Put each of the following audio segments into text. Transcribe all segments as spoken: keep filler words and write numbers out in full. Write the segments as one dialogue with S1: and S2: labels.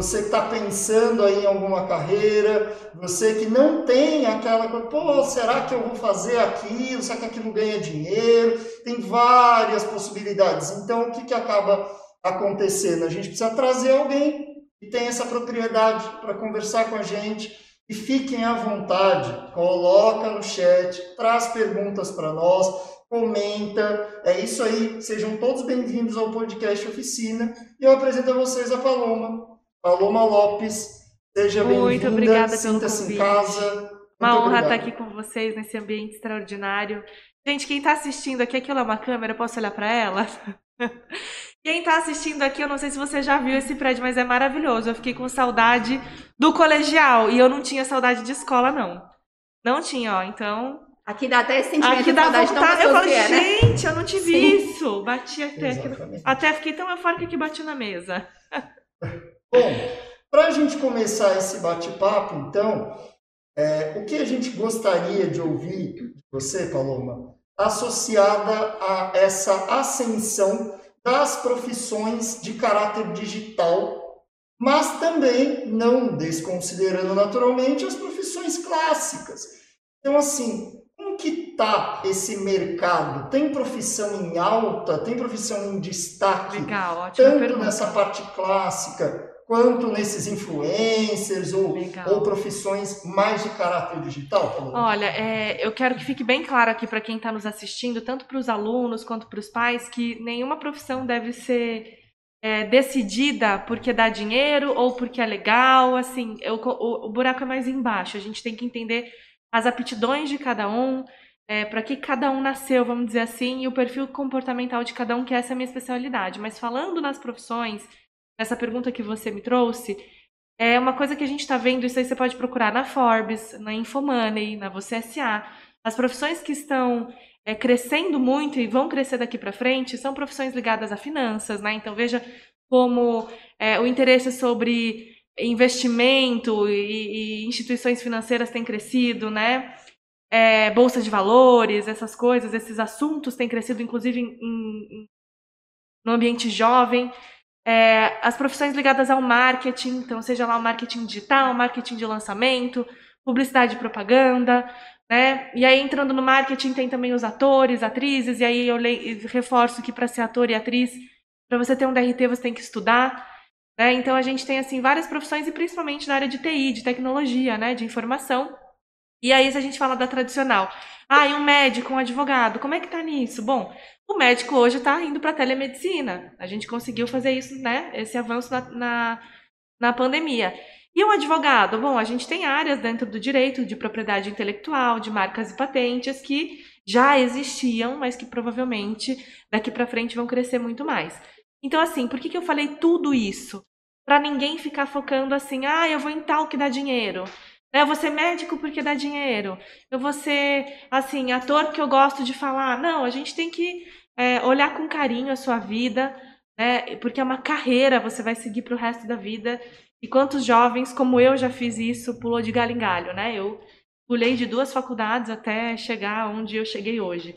S1: você que está pensando aí em alguma carreira, você que não tem aquela coisa, pô, será que eu vou fazer aquilo? Será que aquilo ganha dinheiro? Tem várias possibilidades. Então, o que, que acaba acontecendo? A gente precisa trazer alguém que tem essa propriedade para conversar com a gente. E fiquem à vontade, coloca no chat, traz perguntas para nós, comenta, é isso aí, sejam todos bem-vindos ao podcast Oficina, e eu apresento a vocês a Paloma, Paloma Lopes, seja
S2: Muito
S1: bem-vinda,
S2: obrigada pelo
S1: sinta-se em
S2: convite.
S1: casa.
S2: Uma
S1: Muito
S2: honra
S1: obrigado.
S2: estar aqui com vocês nesse ambiente extraordinário. Gente, quem está assistindo aqui, aquilo é uma câmera, eu posso olhar para ela? Quem está assistindo aqui, eu não sei se você já viu esse prédio, mas é maravilhoso. Eu fiquei com saudade do colegial e eu não tinha saudade de escola, não. Não tinha, ó, então...
S3: Aqui dá até esse sentimento
S2: Aqui
S3: de
S2: dá
S3: saudade
S2: vontade.
S3: tão
S2: Eu falo,
S3: gostoso que é, né?
S2: gente, eu não tive
S3: Sim.
S2: isso. Bati até aqui.
S1: Exatamente.
S2: Até fiquei tão eufórica que bati na mesa.
S1: Bom, para a gente começar esse bate-papo, então, é, o que a gente gostaria de ouvir de você, Paloma, associada a essa ascensão das profissões de caráter digital, mas também não desconsiderando naturalmente as profissões clássicas. Então, assim, como que está esse mercado? Tem profissão em alta? Tem profissão em destaque?
S2: Legal, ótima
S1: Tanto
S2: pergunta.
S1: nessa parte clássica, quanto nesses influencers ou, ou profissões mais de caráter digital? Paloma?
S2: Olha, é, eu quero que fique bem claro aqui para quem está nos assistindo, tanto para os alunos quanto para os pais, que nenhuma profissão deve ser é, decidida porque dá dinheiro ou porque é legal. Assim, eu, o, o buraco é mais embaixo. A gente tem que entender as aptidões de cada um, é, para que cada um nasceu, vamos dizer assim, e o perfil comportamental de cada um, que essa é a minha especialidade. Mas falando nas profissões, essa pergunta que você me trouxe, é uma coisa que a gente está vendo, isso aí você pode procurar na Forbes, na Infomoney, na Você S A. As profissões que estão é, crescendo muito e vão crescer daqui para frente são profissões ligadas a finanças, né? Então veja como é, o interesse sobre investimento e, e instituições financeiras tem crescido, né? É, bolsa de valores, essas coisas, esses assuntos têm crescido, inclusive em, em, no ambiente jovem. É, as profissões ligadas ao marketing, então seja lá o marketing digital, marketing de lançamento, publicidade e propaganda, né? E aí entrando no marketing tem também os atores, atrizes, e aí eu le- reforço que para ser ator e atriz, para você ter um D R T você tem que estudar, né? Então a gente tem assim várias profissões e principalmente na área de T I, de tecnologia, né? De informação. E aí se a gente fala da tradicional, ah, e um médico, um advogado, como é que tá nisso? Bom, o médico hoje está indo para a telemedicina. A gente conseguiu fazer isso, né? Esse avanço na, na, na pandemia. E o advogado? Bom, a gente tem áreas dentro do direito de propriedade intelectual, de marcas e patentes que já existiam, mas que provavelmente daqui para frente vão crescer muito mais. Então, assim, por que, que eu falei tudo isso? Para ninguém ficar focando assim, ah, eu vou em tal que dá dinheiro. Eu vou ser médico porque dá dinheiro. Eu vou ser, assim, ator porque eu gosto de falar. Não, a gente tem que é, olhar com carinho a sua vida, né? Porque é uma carreira, você vai seguir para o resto da vida. E quantos jovens, como eu já fiz isso, pulou de galho em galho, né? Eu pulei de duas faculdades até chegar onde eu cheguei hoje.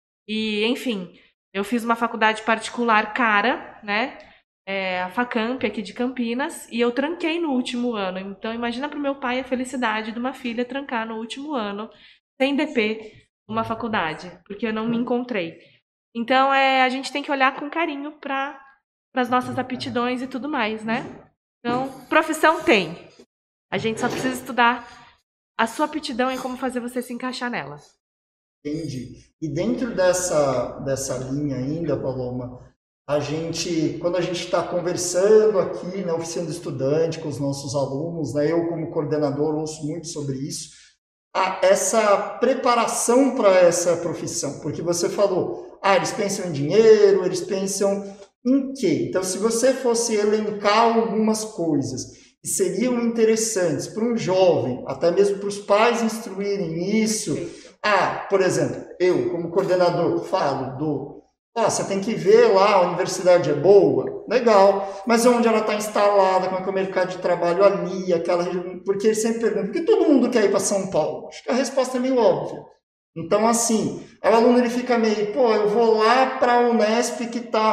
S2: E, enfim, eu fiz uma faculdade particular cara, né? É, a Facamp aqui de Campinas, e eu tranquei no último ano. Então imagina para o meu pai a felicidade de uma filha trancar no último ano, sem D P, uma faculdade, porque eu não me encontrei. Então é, a gente tem que olhar com carinho para as nossas aptidões e tudo mais, né? Então, profissão tem. A gente só precisa estudar a sua aptidão e como fazer você se encaixar nela.
S1: Entendi. E dentro dessa, dessa linha ainda, Paloma, a gente, quando a gente está conversando aqui na oficina do estudante com os nossos alunos, né, eu como coordenador ouço muito sobre isso, a, essa preparação para essa profissão, porque você falou, ah, eles pensam em dinheiro, eles pensam em quê? Então, se você fosse elencar algumas coisas que seriam interessantes para um jovem, até mesmo para os pais instruírem isso, ah, por exemplo, eu como coordenador falo do Ah, você tem que ver lá, a universidade é boa, legal, mas onde ela está instalada, como é que é o mercado de trabalho ali, aquela região, porque eles sempre perguntam, por que todo mundo quer ir para São Paulo? Acho que a resposta é meio óbvia. Então, assim, o aluno ele fica meio, pô, eu vou lá para a Unesp que está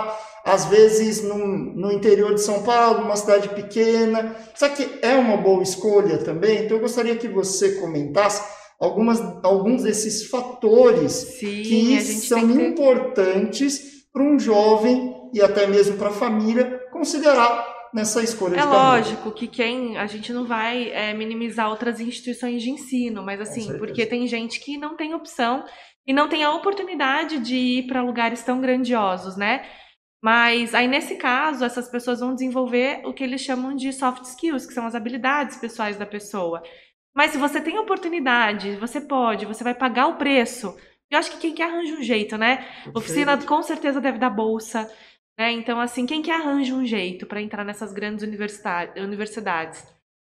S1: às vezes no, no interior de São Paulo, uma cidade pequena. Será que é uma boa escolha também? Então eu gostaria que você comentasse algumas, alguns desses fatores
S2: Sim,
S1: que são
S2: ter...
S1: importantes para um jovem e até mesmo para a família considerar nessa escolha
S2: é
S1: de carreira.
S2: É lógico que quem a gente não vai é, minimizar outras instituições de ensino, mas assim, porque tem gente que não tem opção e não tem a oportunidade de ir para lugares tão grandiosos, né? Mas aí, nesse caso, essas pessoas vão desenvolver o que eles chamam de soft skills, que são as habilidades pessoais da pessoa. Mas se você tem oportunidade, você pode, você vai pagar o preço. Eu acho que quem quer arranja um jeito, né? Perfeito. Oficina com certeza deve dar bolsa, né? Então, assim, quem quer arranja um jeito para entrar nessas grandes universidades.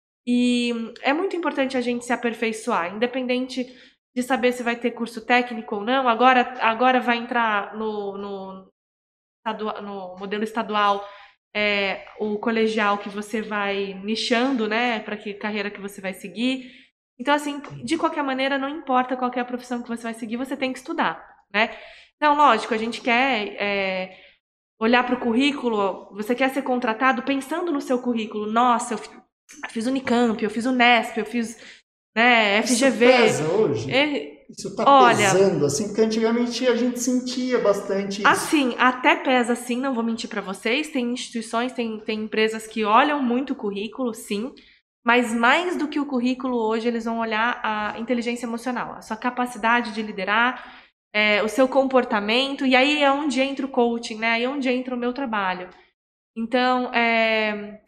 S2: E é muito importante a gente se aperfeiçoar, independente de saber se vai ter curso técnico ou não. Agora, agora vai entrar no, no, no modelo estadual é, o colegial que você vai nichando, né, para que carreira que você vai seguir. Então, assim, de qualquer maneira, não importa qual é a profissão que você vai seguir, você tem que estudar, né? Então, lógico, a gente quer é, olhar para o currículo, você quer ser contratado pensando no seu currículo. Nossa, eu fiz Unicamp, eu fiz Unesp, eu fiz né, F G V.
S1: Isso pesa hoje? É... Isso está pesando, assim, porque antigamente a gente sentia bastante isso.
S2: Assim, até pesa sim, não vou mentir para vocês, tem instituições, tem, tem empresas que olham muito o currículo, sim, mas mais do que o currículo hoje, eles vão olhar a inteligência emocional, a sua capacidade de liderar, é, o seu comportamento, e aí é onde entra o coaching, né, aí é onde entra o meu trabalho. Então, é...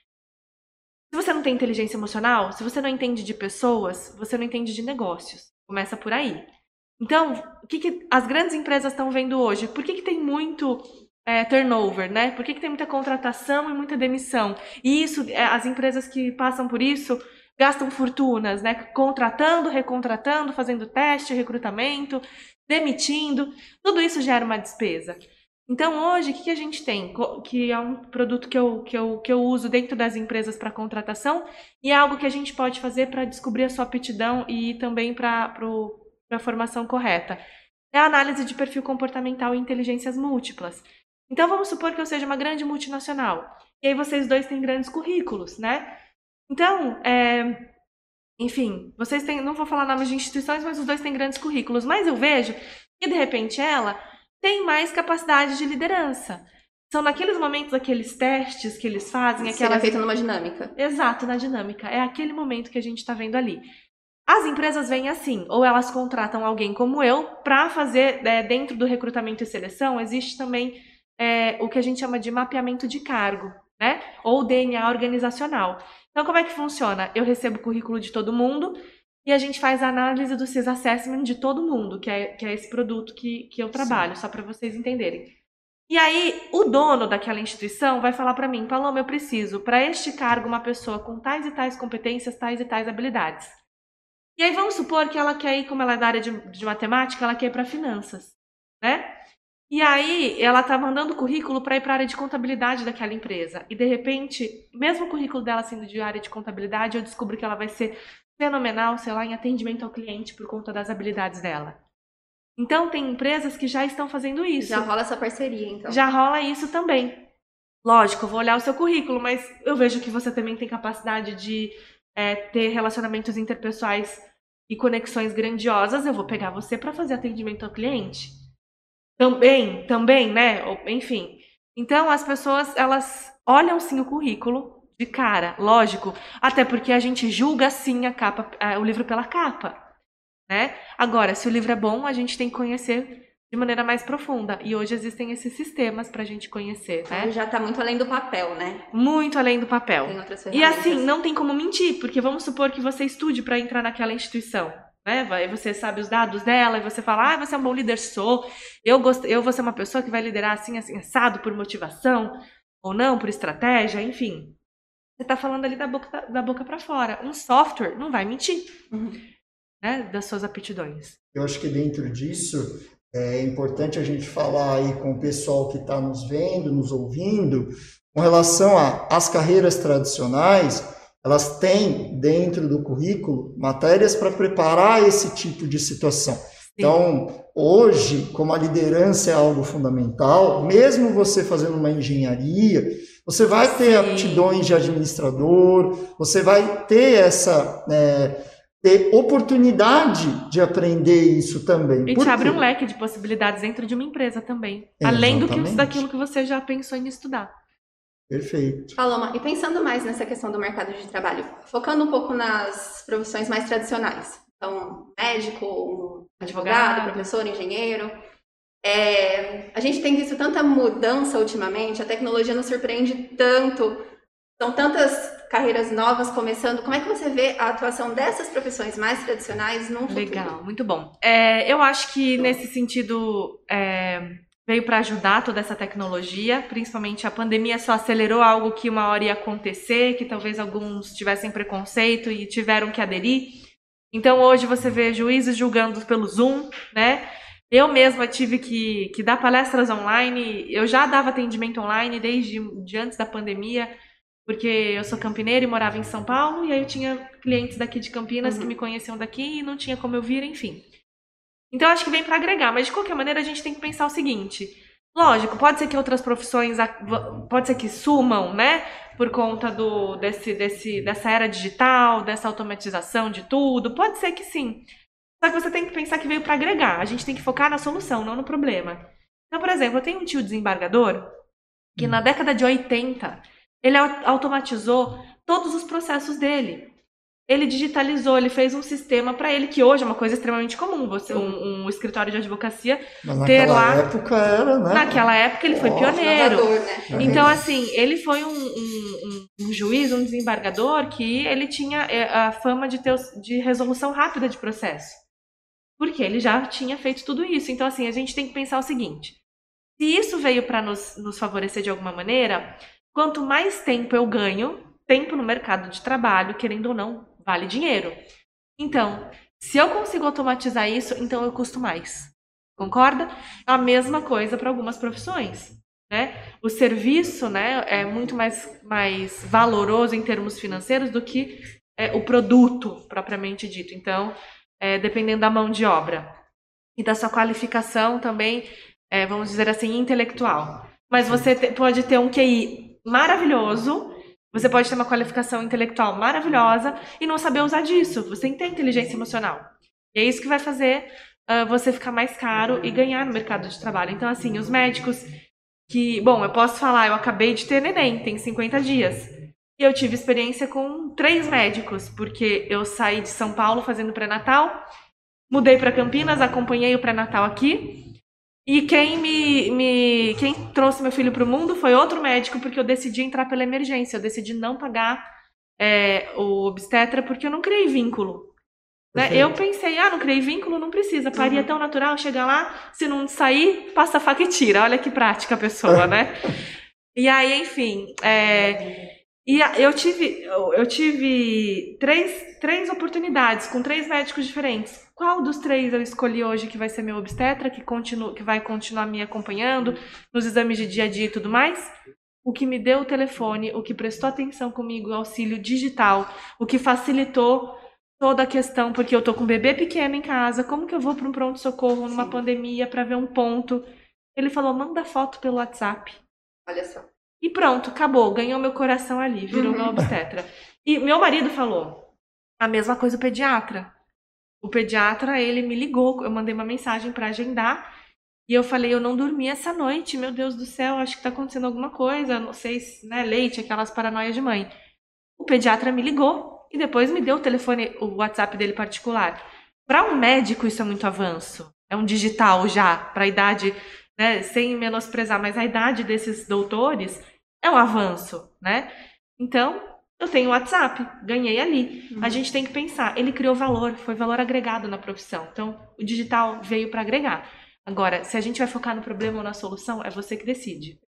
S2: se você não tem inteligência emocional, se você não entende de pessoas, você não entende de negócios. Começa por aí. Então, o que, que as grandes empresas estão vendo hoje? Por que, que tem muito é, turnover, né? Por que, que tem muita contratação e muita demissão? E isso, é, as empresas que passam por isso gastam fortunas, né? Contratando, recontratando, fazendo teste, recrutamento, demitindo. Tudo isso gera uma despesa. Então, hoje, o que, que a gente tem? Que é um produto que eu, que eu, que eu uso dentro das empresas para contratação e é algo que a gente pode fazer para descobrir a sua aptidão e também para a formação correta. É a análise de perfil comportamental e inteligências múltiplas. Então, vamos supor que eu seja uma grande multinacional. E aí vocês dois têm grandes currículos, né? Então, é... enfim, vocês têm... não vou falar nomes de instituições, mas os dois têm grandes currículos. Mas eu vejo que, de repente, ela... tem mais capacidade de liderança. São naqueles momentos, aqueles testes que eles fazem...
S3: Aquelas... Seria feito numa dinâmica.
S2: Exato, na dinâmica. É aquele momento que a gente está vendo ali. As empresas vêm assim, ou elas contratam alguém como eu para fazer, é, dentro do recrutamento e seleção, existe também é, o que a gente chama de mapeamento de cargo, né? Ou D N A organizacional. Então, como é que funciona? Eu recebo o currículo de todo mundo... e a gente faz a análise do C I S Assessment de todo mundo, que é, que é esse produto que, que eu trabalho, Sim. só para vocês entenderem. E aí, o dono daquela instituição vai falar para mim, Paloma, eu preciso, para este cargo, uma pessoa com tais e tais competências, tais e tais habilidades. E aí, vamos supor que ela quer ir, como ela é da área de, de matemática, ela quer ir para finanças, né? E aí, ela tá mandando o currículo para ir para a área de contabilidade daquela empresa. E, de repente, mesmo o currículo dela sendo de área de contabilidade, eu descubro que ela vai ser fenomenal, sei lá, em atendimento ao cliente por conta das habilidades dela. Então, tem empresas que já estão fazendo isso.
S3: Já rola essa parceria, então.
S2: Já rola isso também. Lógico, eu vou olhar o seu currículo, mas eu vejo que você também tem capacidade de é, ter relacionamentos interpessoais e conexões grandiosas. Eu vou pegar você para fazer atendimento ao cliente. Também, também, né? Enfim. Então, as pessoas, elas olham sim o currículo de cara, lógico, até porque a gente julga sim a capa, o livro pela capa, né? Agora, se o livro é bom, a gente tem que conhecer de maneira mais profunda. E hoje existem esses sistemas pra gente conhecer, né?
S3: Já tá muito além do papel, né?
S2: Muito além do papel.
S3: Tem outras
S2: e assim, não tem como mentir, porque vamos supor que você estude para entrar naquela instituição, né? Aí você sabe os dados dela e você fala, ah, você é um bom líder, sou. Eu, gost... eu vou ser uma pessoa que vai liderar assim, assim, assado, por motivação, ou não, por estratégia, enfim. Você está falando ali da boca, da boca para fora. Um software não vai mentir, uhum. né, das suas aptidões.
S1: Eu acho que dentro disso é importante a gente falar aí com o pessoal que está nos vendo, nos ouvindo, com relação às carreiras tradicionais, elas têm dentro do currículo matérias para preparar esse tipo de situação. Sim. Então, hoje, como a liderança é algo fundamental, mesmo você fazendo uma engenharia, você vai ter Sim. aptidões de administrador, você vai ter essa é, ter oportunidade de aprender isso também.
S2: E Por te abre um leque de possibilidades dentro de uma empresa também, é, além do que, daquilo que você já pensou em estudar.
S1: Perfeito.
S3: Paloma, e pensando mais nessa questão do mercado de trabalho, focando um pouco nas profissões mais tradicionais, então médico, advogado, advogado professor, engenheiro, É, a gente tem visto tanta mudança ultimamente, a tecnologia nos surpreende tanto, são tantas carreiras novas começando. Como é que você vê a atuação dessas profissões mais tradicionais no futuro?
S2: Legal, muito bom. É, eu acho que nesse sentido é, veio para ajudar toda essa tecnologia, principalmente a pandemia só acelerou algo que uma hora ia acontecer, que talvez alguns tivessem preconceito e tiveram que aderir. Então hoje você vê juízes julgando pelo Zoom, né? Eu mesma tive que, que dar palestras online, eu já dava atendimento online desde de antes da pandemia, porque eu sou campineira e morava em São Paulo, e aí eu tinha clientes daqui de Campinas uhum. que me conheciam daqui e não tinha como eu vir, enfim. Então acho que vem para agregar, mas de qualquer maneira a gente tem que pensar o seguinte, lógico, pode ser que outras profissões, pode ser que sumam, né, por conta do, desse, desse, dessa era digital, dessa automatização de tudo, pode ser que sim. Só que você tem que pensar que veio para agregar. A gente tem que focar na solução, não no problema. Então, por exemplo, eu tenho um tio desembargador que na década de oitenta, ele automatizou todos os processos dele. Ele digitalizou, ele fez um sistema para ele, que hoje é uma coisa extremamente comum, você, um, um escritório de advocacia
S1: Mas
S2: ter
S1: naquela
S2: lá...
S1: época era, né?
S2: Naquela época ele foi
S1: oh,
S2: pioneiro.
S3: Né?
S2: Então, assim, ele foi um, um, um juiz, um desembargador que ele tinha a fama de, ter, de resolução rápida de processo. Porque ele já tinha feito tudo isso. Então, assim, a gente tem que pensar o seguinte. Se isso veio para nos, nos favorecer de alguma maneira, quanto mais tempo eu ganho, tempo no mercado de trabalho, querendo ou não, vale dinheiro. Então, se eu consigo automatizar isso, então eu custo mais. Concorda? A mesma coisa para algumas profissões. Né? O serviço, né, é muito mais, mais valoroso em termos financeiros do que é, o produto propriamente dito. Então, É, dependendo da mão de obra e da sua qualificação também, é, vamos dizer assim, intelectual. Mas você te, pode ter um Q I maravilhoso, você pode ter uma qualificação intelectual maravilhosa e não saber usar disso. Você tem inteligência emocional. E é isso que vai fazer uh, você ficar mais caro e ganhar no mercado de trabalho. Então, assim, os médicos que... Bom, eu posso falar, eu acabei de ter neném, tem cinquenta dias. E eu tive experiência com três médicos, porque eu saí de São Paulo fazendo pré-natal, mudei para Campinas, acompanhei o pré-natal aqui, e quem me, me quem trouxe meu filho para o mundo foi outro médico, porque eu decidi entrar pela emergência, eu decidi não pagar é, o obstetra, porque eu não criei vínculo. Né? Eu pensei, ah, não criei vínculo, não precisa, paria uhum. tão natural, chega lá, se não sair, passa a faca e tira, olha que prática a pessoa, né? E aí, enfim... É... E eu tive, eu tive três, três oportunidades com três médicos diferentes. Qual dos três eu escolhi hoje que vai ser meu obstetra, que, continua, que vai continuar me acompanhando nos exames de dia a dia e tudo mais? O que me deu o telefone, o que prestou atenção comigo, o auxílio digital, o que facilitou toda a questão, porque eu tô com um bebê pequeno em casa, como que eu vou para um pronto-socorro numa Sim. pandemia para ver um ponto? Ele falou, manda foto pelo WhatsApp.
S3: Olha só.
S2: E pronto, acabou, ganhou meu coração ali, virou uhum. meu obstetra. E meu marido falou a mesma coisa o pediatra. O pediatra, ele me ligou, eu mandei uma mensagem para agendar e eu falei, eu não dormi essa noite, meu Deus do céu, acho que tá acontecendo alguma coisa, não sei se, né, leite, aquelas paranoias de mãe. O pediatra me ligou e depois me deu o telefone, o WhatsApp dele particular. Para um médico isso é muito avanço, é um digital já, para a idade... Né, sem menosprezar, mas a idade desses doutores é um avanço, né? Então, eu tenho o WhatsApp, ganhei ali. Uhum. A gente tem que pensar, ele criou valor, foi valor agregado na profissão. Então, o digital veio para agregar. Agora, se a gente vai focar no problema ou na solução, é você que decide.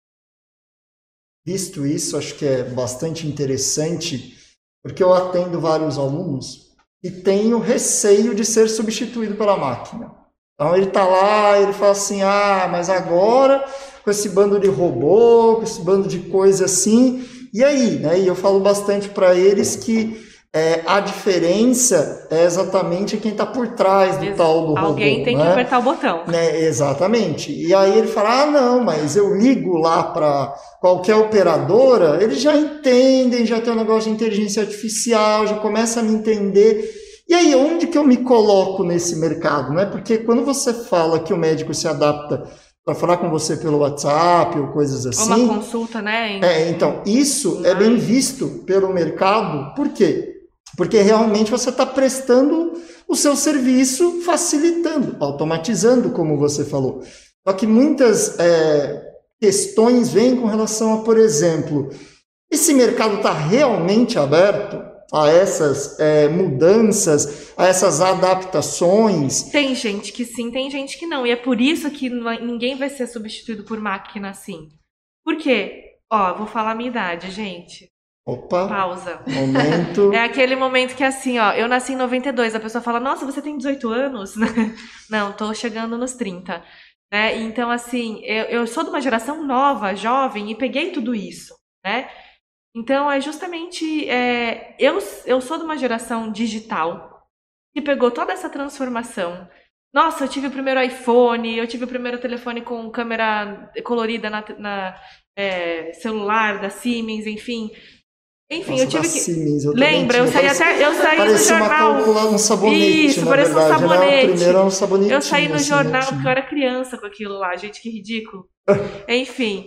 S1: Visto isso, acho que é bastante interessante, porque eu atendo vários alunos e tenho receio de ser substituído pela máquina. Então ele está lá, ele fala assim, ah, mas agora com esse bando de robô, com esse bando de coisa assim, e aí? Né? E eu falo bastante para eles que É, a diferença é exatamente quem está por trás do
S2: Ex-
S1: tal do robô.
S2: Alguém tem
S1: né?
S2: que apertar o botão.
S1: Né, exatamente. E aí ele fala, ah, não, mas eu ligo lá para qualquer operadora, eles já entendem, já tem um negócio de inteligência artificial, já começa a me entender. E aí, onde que eu me coloco nesse mercado? Né? Porque quando você fala que o médico se adapta para falar com você pelo WhatsApp ou coisas assim...
S2: Ou uma consulta, né? Em...
S1: É, então, isso é bem visto pelo mercado. Por quê? Porque realmente você está prestando o seu serviço, facilitando, automatizando, como você falou. Só que muitas é, questões vêm com relação a, por exemplo, esse mercado está realmente aberto a essas é, mudanças, a essas adaptações?
S2: Tem gente que sim, tem gente que não. E é por isso que ninguém vai ser substituído por máquina assim. Por quê? Ó, vou falar a minha idade, gente.
S1: Opa,
S2: pausa.
S1: Momento.
S2: É aquele momento que assim, ó, eu nasci em noventa e dois, a pessoa fala, nossa, você tem dezoito anos? Não, tô chegando nos trinta. Né? Então, assim, eu, eu sou de uma geração nova, jovem, e peguei tudo isso, né? Então, é justamente, é, eu, eu sou de uma geração digital, que pegou toda essa transformação. Nossa, eu tive o primeiro iPhone, eu tive o primeiro telefone com câmera colorida na, na é, celular da Siemens, enfim... Enfim,
S1: Nossa,
S2: eu tive que.
S1: Siemens, eu
S2: Lembra, eu saí
S1: parece,
S2: até. Eu saí no
S1: parece
S2: jornal.
S1: Uma calcula, um sabonete,
S2: Isso,
S1: na
S2: parece
S1: verdade,
S2: um sabonete.
S1: Né? O primeiro é um sabonetinho.
S2: Eu saí no
S1: assim,
S2: jornal
S1: né?
S2: porque eu era criança com aquilo lá, gente, que ridículo. Enfim.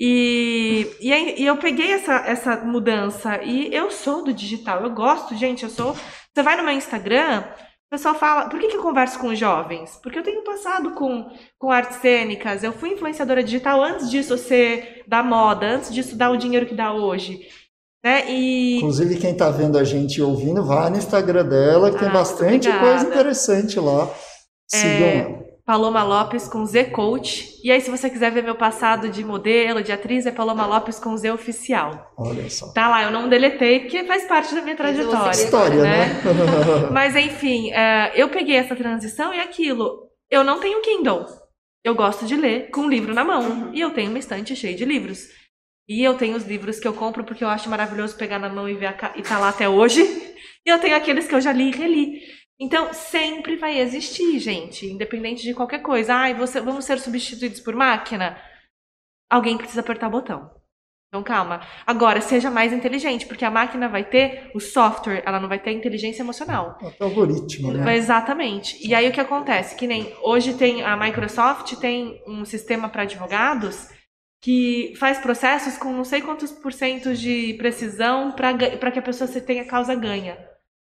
S2: E, e, aí, e eu peguei essa, essa mudança. E eu sou do digital, eu gosto, gente, eu sou. Você vai no meu Instagram, o pessoal fala. Por que, que eu converso com jovens? Porque eu tenho passado com, com artes cênicas, eu fui influenciadora digital antes disso ser da moda, antes disso dar o dinheiro que dá hoje. Né? E...
S1: Inclusive, quem está vendo a gente e ouvindo, vai no Instagram dela, que ah, tem bastante coisa interessante lá. Sigam
S2: é,
S1: lá.
S2: Paloma Lopes com Z Coach. E aí, se você quiser ver meu passado de modelo, de atriz, é Paloma Lopes com Z Oficial.
S1: Olha só.
S2: Tá lá, eu não deletei, porque faz parte da minha trajetória.
S1: História, né? né?
S2: Mas, enfim, é, eu peguei essa transição e aquilo. Eu não tenho Kindle. Eu gosto de ler com um livro na mão. Uhum. E eu tenho uma estante cheia de livros. E eu tenho os livros que eu compro porque eu acho maravilhoso pegar na mão e ver a ca... e tá lá até hoje. E eu tenho aqueles que eu já li e reli. Então, sempre vai existir, gente, independente de qualquer coisa. Ai, você... vamos ser substituídos por máquina? Alguém precisa apertar o botão. Então, calma. Agora, seja mais inteligente, porque a máquina vai ter o software, ela não vai ter a inteligência emocional.
S1: É o algoritmo, né?
S2: Exatamente. E aí, o que acontece? Que nem hoje tem a Microsoft tem um sistema para advogados que faz processos com não sei quantos por cento de precisão para que a pessoa tenha causa ganha.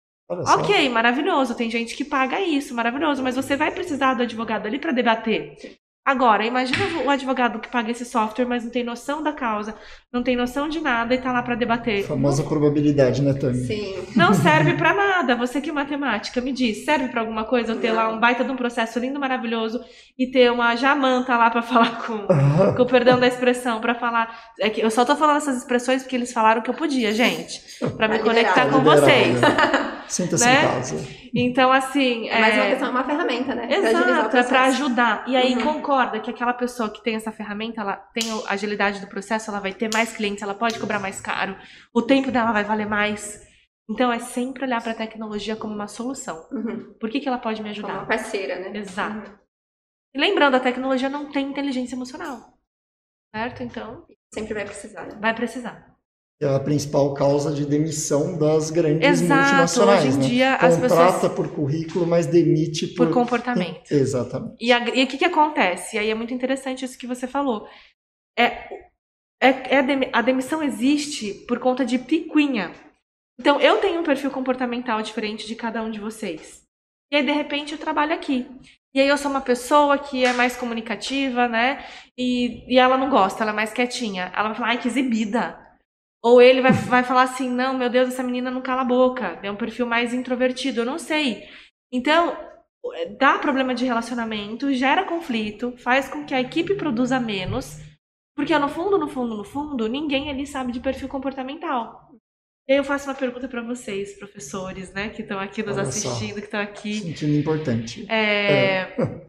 S2: Ok, maravilhoso, tem gente que paga isso, maravilhoso, mas você vai precisar do advogado ali para debater. Agora, imagina o advogado que paga esse software, mas não tem noção da causa, não tem noção de nada e tá lá para debater.
S1: A famosa não... probabilidade, né, Tami?
S3: Sim.
S2: Não serve para nada. Você que é matemática, me diz, serve para alguma coisa eu ter não. lá um baita de um processo lindo, maravilhoso e ter uma jamanta lá para falar com, com o perdão da expressão, para falar... É que eu só tô falando essas expressões porque eles falaram que eu podia, gente, para me conectar com vocês.
S1: Sinta-se
S2: né?
S1: em casa.
S2: Então, assim...
S3: É mais uma questão, uma ferramenta, né?
S2: Exato, é para ajudar. E aí, uhum. concorda que aquela pessoa que tem essa ferramenta, ela tem a agilidade do processo, ela vai ter mais clientes, ela pode cobrar mais caro, o tempo dela vai valer mais. Então, é sempre olhar para a tecnologia como uma solução. Uhum. Por que, que ela pode me ajudar?
S3: Como uma parceira, né?
S2: Exato. Uhum. E lembrando, a tecnologia não tem inteligência emocional. Certo? Então...
S3: Sempre vai precisar, né?
S2: Vai precisar.
S1: É a principal causa de demissão das grandes
S2: Exato,
S1: multinacionais.
S2: Hoje em
S1: né?
S2: dia,
S1: Contrata
S2: as pessoas...
S1: por currículo, mas demite por...
S2: Por comportamento.
S1: Exatamente.
S2: E, a... e o que, que acontece? E aí é muito interessante isso que você falou. É, é, é dem... A demissão existe por conta de picuinha. Então, eu tenho um perfil comportamental diferente de cada um de vocês. E aí, de repente, eu trabalho aqui. E aí eu sou uma pessoa que é mais comunicativa, né? E, e ela não gosta, ela é mais quietinha. Ela vai falar, ai, que exibida. Ou ele vai, vai falar assim, não, meu Deus, essa menina não cala a boca. É um perfil mais introvertido, eu não sei. Então, dá problema de relacionamento, gera conflito, faz com que a equipe produza menos. Porque no fundo, no fundo, no fundo, ninguém ali sabe de perfil comportamental. E aí eu faço uma pergunta para vocês, professores, né, que estão aqui nos
S1: Olha
S2: assistindo,
S1: só,
S2: que estão aqui.
S1: Sentindo importante.
S2: É... É.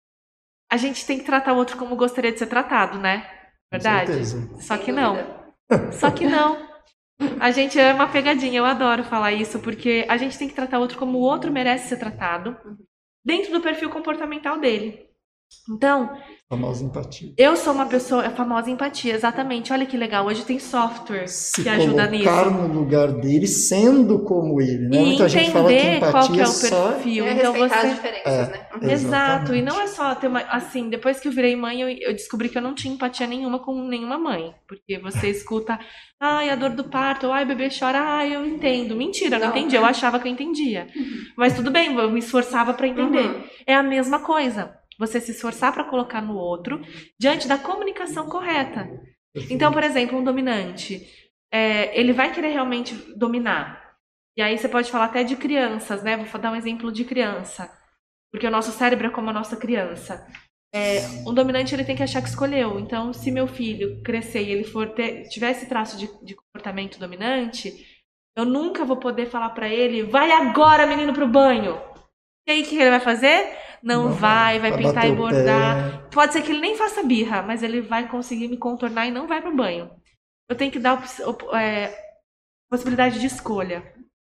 S2: A gente tem que tratar o outro como gostaria de ser tratado, né? Verdade?
S1: Com certeza.
S2: Só que não. Só que não. A gente é uma pegadinha, eu adoro falar isso, porque a gente tem que tratar o outro como o outro merece ser tratado, dentro do perfil comportamental dele. Então,
S1: a famosa empatia.
S2: Eu sou uma pessoa, a famosa empatia, exatamente. Olha que legal, hoje tem software
S1: Se
S2: que ajuda nisso.
S1: Se colocar no lugar dele, sendo como ele, né?
S2: E
S1: Muita gente fala que empatia
S2: qual que é o
S1: só...
S2: perfil.
S3: É
S2: então
S3: respeitar
S2: você...
S3: as diferenças,
S1: é,
S3: né?
S2: Uhum. Exato, e não é só ter uma... Assim, depois que eu virei mãe, eu, eu descobri que eu não tinha empatia nenhuma com nenhuma mãe. Porque você escuta, ai, a dor do parto, ou ai, o bebê chora, ai, eu entendo. Mentira, eu não, não entendi, eu achava que eu entendia. Uhum. Mas tudo bem, eu me esforçava para entender. Uhum. É a mesma coisa. Você se esforçar para colocar no outro diante da comunicação correta. Então, por exemplo, um dominante, é, ele vai querer realmente dominar. E aí você pode falar até de crianças, né? Vou dar um exemplo de criança. Porque o nosso cérebro é como a nossa criança. É, um dominante, ele tem que achar que escolheu. Então, se meu filho crescer e ele for ter, tiver esse traço de, de comportamento dominante, eu nunca vou poder falar para ele, vai agora, menino, pro banho. E aí, o que ele vai fazer? Não, não vai, vai, vai pintar e bordar. Pode ser que ele nem faça birra, mas ele vai conseguir me contornar e não vai pro banho. Eu tenho que dar é, possibilidade de escolha.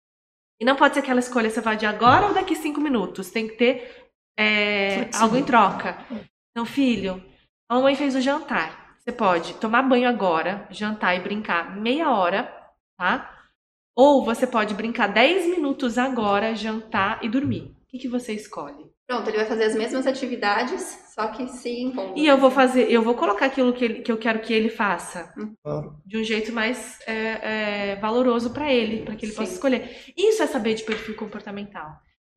S2: E não pode ser aquela escolha, você vai de agora ou daqui cinco minutos. Tem que ter é, algo em troca. Então, filho, a mamãe fez o jantar. Você pode tomar banho agora, jantar e brincar meia hora, tá? Ou você pode brincar dez minutos agora, jantar e dormir. O que, que você escolhe?
S3: Pronto, ele vai fazer as mesmas atividades, só que se impondo.
S2: E eu vou fazer, eu vou colocar aquilo que, ele, que eu quero que ele faça uhum. de um jeito mais é, é, valoroso para ele, para que ele Sim. possa escolher. Isso é saber de perfil comportamental.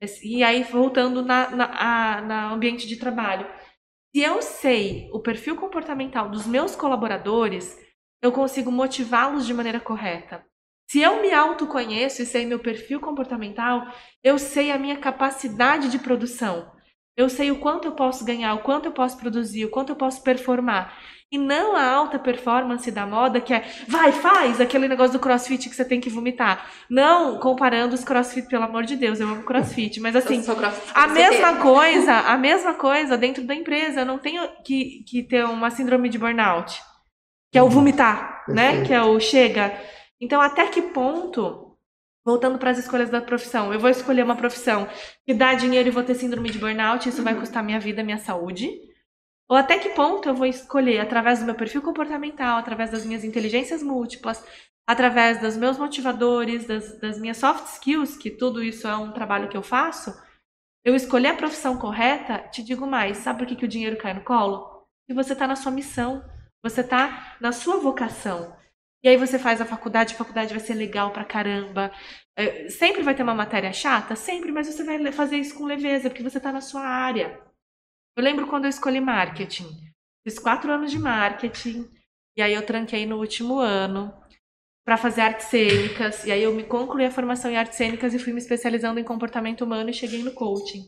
S2: E aí, voltando na, na, a, na ambiente de trabalho. Se eu sei o perfil comportamental dos meus colaboradores, eu consigo motivá-los de maneira correta. Se eu me autoconheço e sei meu perfil comportamental, eu sei a minha capacidade de produção. Eu sei o quanto eu posso ganhar, o quanto eu posso produzir, o quanto eu posso performar. E não a alta performance da moda que é, vai, faz, aquele negócio do crossfit que você tem que vomitar. Não comparando os crossfit, pelo amor de Deus, eu amo crossfit. Mas assim, a mesma coisa, a mesma coisa dentro da empresa. Eu não tenho que, que ter uma síndrome de burnout, que é o vomitar, né? Que é o chega... Então, até que ponto, voltando para as escolhas da profissão, eu vou escolher uma profissão que dá dinheiro e vou ter síndrome de burnout, isso vai custar minha vida, minha saúde? Ou até que ponto eu vou escolher, através do meu perfil comportamental, através das minhas inteligências múltiplas, através dos meus motivadores, das, das minhas soft skills, que tudo isso é um trabalho que eu faço, eu escolher a profissão correta, te digo mais, sabe por que, que o dinheiro cai no colo? Porque você está na sua missão, você está na sua vocação. E aí você faz a faculdade, a faculdade vai ser legal pra caramba. É, sempre vai ter uma matéria chata? Sempre, mas você vai fazer isso com leveza, porque você tá na sua área. Eu lembro quando eu escolhi marketing. Fiz quatro anos de marketing, e aí eu tranquei no último ano para fazer artes cênicas, e aí eu me concluí a formação em artes cênicas e fui me especializando em comportamento humano e cheguei no coaching.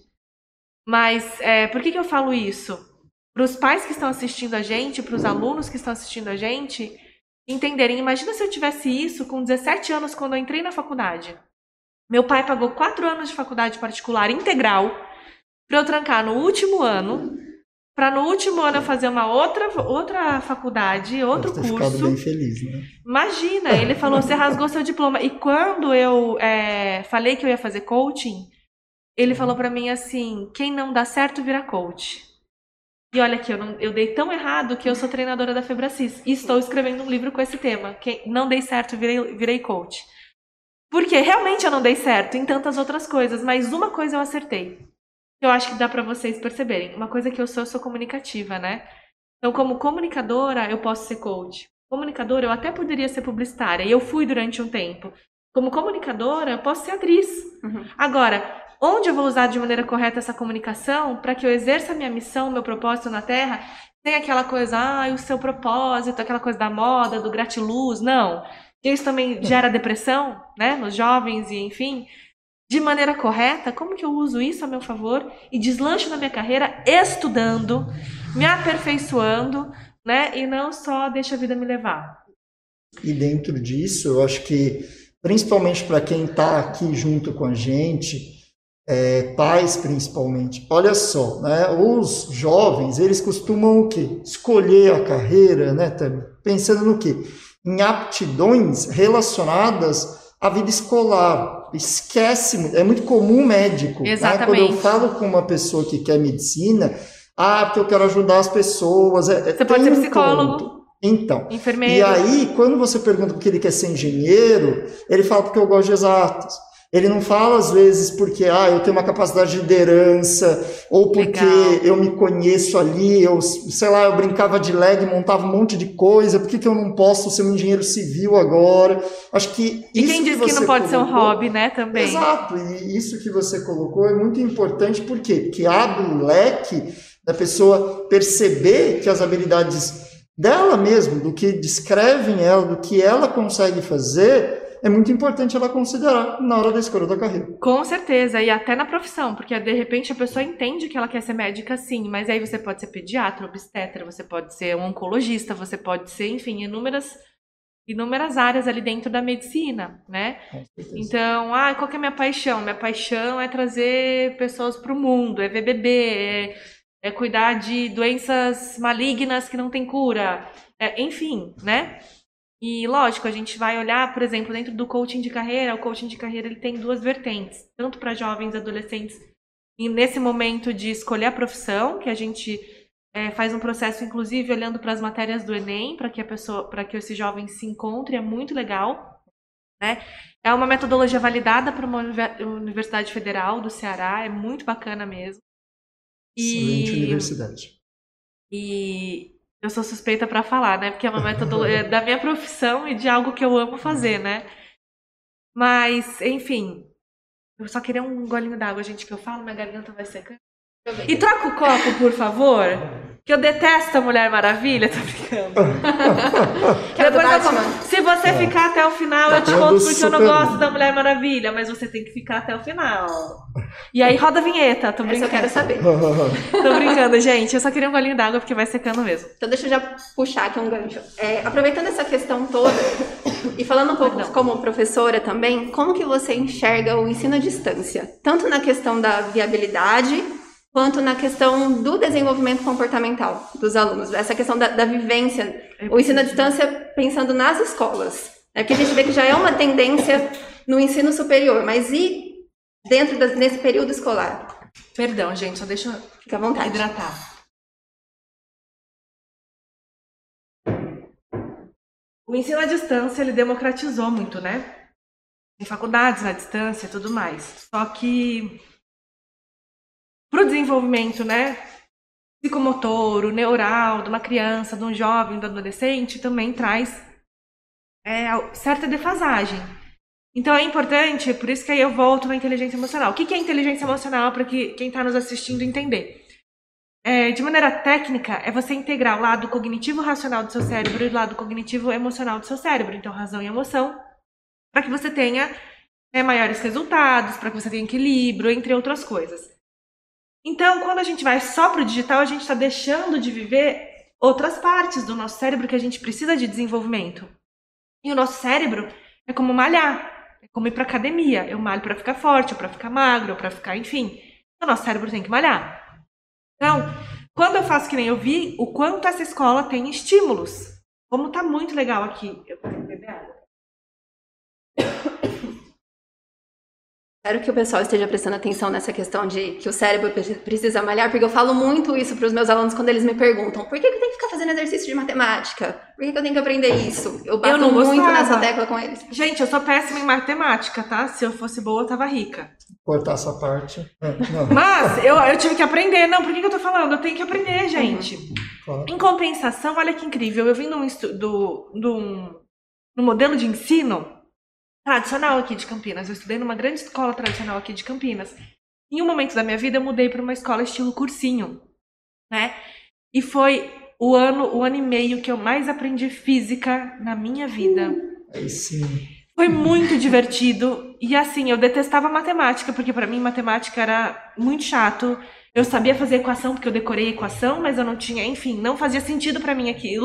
S2: Mas é, por que, que eu falo isso? Para os pais que estão assistindo a gente, para os alunos que estão assistindo a gente... entenderem, imagina se eu tivesse isso com dezessete anos quando eu entrei na faculdade. Meu pai pagou quatro anos de faculdade particular integral para eu trancar no último ano, para no último ano eu fazer uma outra, outra faculdade, outro
S1: Deve ter
S2: curso.
S1: Ficado bem feliz, né?
S2: Imagina, ele falou, você rasgou seu diploma. E quando eu é, falei que eu ia fazer coaching, ele falou para mim assim, quem não dá certo vira coach. E olha aqui, eu, não, eu dei tão errado que eu sou treinadora da Febracis. E estou escrevendo um livro com esse tema. Que não dei certo, virei, virei coach. Porque realmente eu não dei certo em tantas outras coisas. Mas uma coisa eu acertei. Eu acho que dá pra vocês perceberem. Uma coisa que eu sou, eu sou comunicativa, né? Então, como comunicadora, eu posso ser coach. Comunicadora, eu até poderia ser publicitária. E eu fui durante um tempo. Como comunicadora, eu posso ser atriz. Uhum. Agora... onde eu vou usar de maneira correta essa comunicação para que eu exerça a minha missão, meu propósito na Terra, sem aquela coisa, ah, o seu propósito, aquela coisa da moda, do gratiluz, não. Isso também gera depressão, né, nos jovens e enfim. De maneira correta, como que eu uso isso a meu favor e deslancho na minha carreira estudando, me aperfeiçoando, né, e não só deixa a vida me levar.
S1: E dentro disso, eu acho que, principalmente para quem está aqui junto com a gente, É, pais principalmente, olha só, né, os jovens, eles costumam o quê? Escolher a carreira, né, pensando no quê? em aptidões relacionadas à vida escolar. Esquece, é muito comum o médico.
S2: Exatamente.
S1: Né? Quando eu falo com uma pessoa que quer medicina, ah, porque eu quero ajudar as pessoas. É,
S2: você pode ser um psicólogo.
S1: Ponto. Então,
S2: enfermeiro.
S1: E aí, quando você pergunta porque ele quer ser engenheiro, ele fala porque eu gosto de exatas. Ele não fala, às vezes, porque ah, eu tenho uma capacidade de liderança, ou porque Legal. eu me conheço ali, eu, sei lá, eu brincava de leg, montava um monte de coisa, por que, que eu não posso ser um engenheiro civil agora? Acho que
S2: E
S1: isso
S2: quem diz
S1: que,
S2: que não pode
S1: colocou,
S2: ser um hobby, né, também.
S1: Exato, e isso que você colocou é muito importante, por quê? Porque abre o leque da pessoa perceber que as habilidades dela mesmo, do que descrevem ela, do que ela consegue fazer, é muito importante ela considerar na hora da escolha da carreira.
S2: Com certeza, e até na profissão, porque de repente a pessoa entende que ela quer ser médica sim, mas aí você pode ser pediatra, obstetra, você pode ser um oncologista, você pode ser, enfim, inúmeras, inúmeras áreas ali dentro da medicina, né? Então, ah, qual que é a minha paixão? Minha paixão é trazer pessoas para o mundo, é ver bebê, é, é cuidar de doenças malignas que não tem cura, é, enfim, né? E, lógico, a gente vai olhar, por exemplo, dentro do coaching de carreira, o coaching de carreira ele tem duas vertentes, tanto para jovens, adolescentes, e nesse momento de escolher a profissão, que a gente é, faz um processo, inclusive, olhando para as matérias do Enem, para que a pessoa, para que esse jovem se encontre, é muito legal, né? É uma metodologia validada por uma Universidade Federal do Ceará, é muito bacana mesmo.
S1: Excelente e... universidade.
S2: E... eu sou suspeita para falar, né? Porque é uma metodologia da minha profissão e de algo que eu amo fazer, né? Mas, enfim, eu só queria um golinho d'água, gente, que eu falo, minha garganta vai secando. E troca o copo, por favor, que eu detesto a Mulher Maravilha, tô brincando. Depois eu, se você ficar até o final, eu te conto porque eu não gosto da Mulher Maravilha, mas você tem que ficar até o final. E aí roda a vinheta, tô brincando.
S3: Essa eu quero saber.
S2: Tô brincando, gente, eu só queria um golinho d'água porque vai secando mesmo.
S3: Então deixa eu já puxar aqui um gancho. É, aproveitando essa questão toda e falando um pouco como professora também, como que você enxerga o ensino à distância? Tanto na questão da viabilidade, quanto na questão do desenvolvimento comportamental dos alunos, essa questão da, da vivência, o ensino à distância pensando nas escolas. É que a gente vê que já é uma tendência no ensino superior, mas e dentro das, nesse período escolar?
S2: Perdão, gente, só deixa eu
S3: Fica à vontade.
S2: hidratar. O ensino à distância, ele democratizou muito, né? Tem faculdades à distância e tudo mais. Só que para o desenvolvimento, né, psicomotor, o neural de uma criança, de um jovem, do adolescente, também traz é, certa defasagem. Então é importante, por isso que aí eu volto na inteligência emocional. O que é inteligência emocional para que quem está nos assistindo entender? É, de maneira técnica, é você integrar o lado cognitivo-racional do seu cérebro e o lado cognitivo-emocional do seu cérebro, então razão e emoção, para que você tenha é, maiores resultados, para que você tenha equilíbrio, entre outras coisas. Então, quando a gente vai só para o digital, a gente está deixando de viver outras partes do nosso cérebro que a gente precisa de desenvolvimento. E o nosso cérebro é como malhar, é como ir para academia. Eu malho para ficar forte, ou para ficar magro, ou para ficar, enfim. O nosso cérebro tem que malhar. Então, quando eu faço que nem eu vi, o quanto essa escola tem estímulos. Como tá muito legal aqui. Eu vou beber água.
S3: Espero que o pessoal esteja prestando atenção nessa questão de que o cérebro precisa malhar, porque eu falo muito isso para os meus alunos quando eles me perguntam por que eu tenho que ficar fazendo exercício de matemática? Por que eu tenho que aprender isso? Eu bato eu muito nessa tecla com eles.
S2: Gente, eu sou péssima em matemática, tá? Se eu fosse boa, eu tava rica.
S1: Cortar essa parte. É, não.
S2: Mas eu, eu tive que aprender. Não, por que eu tô falando? Eu tenho que aprender, gente. Uhum. Claro. Em compensação, olha que incrível. Eu vim de um, do, de um, de um modelo de ensino tradicional aqui de Campinas. Eu estudei numa grande escola tradicional aqui de Campinas. Em um momento da minha vida, eu mudei para uma escola estilo cursinho, né? E foi o ano, o ano e meio que eu mais aprendi física na minha vida.
S1: Aí sim.
S2: Foi muito divertido. E assim, eu detestava matemática, porque para mim matemática era muito chato. Eu sabia fazer equação, porque eu decorei equação, mas eu não tinha, enfim, não fazia sentido para mim aquilo.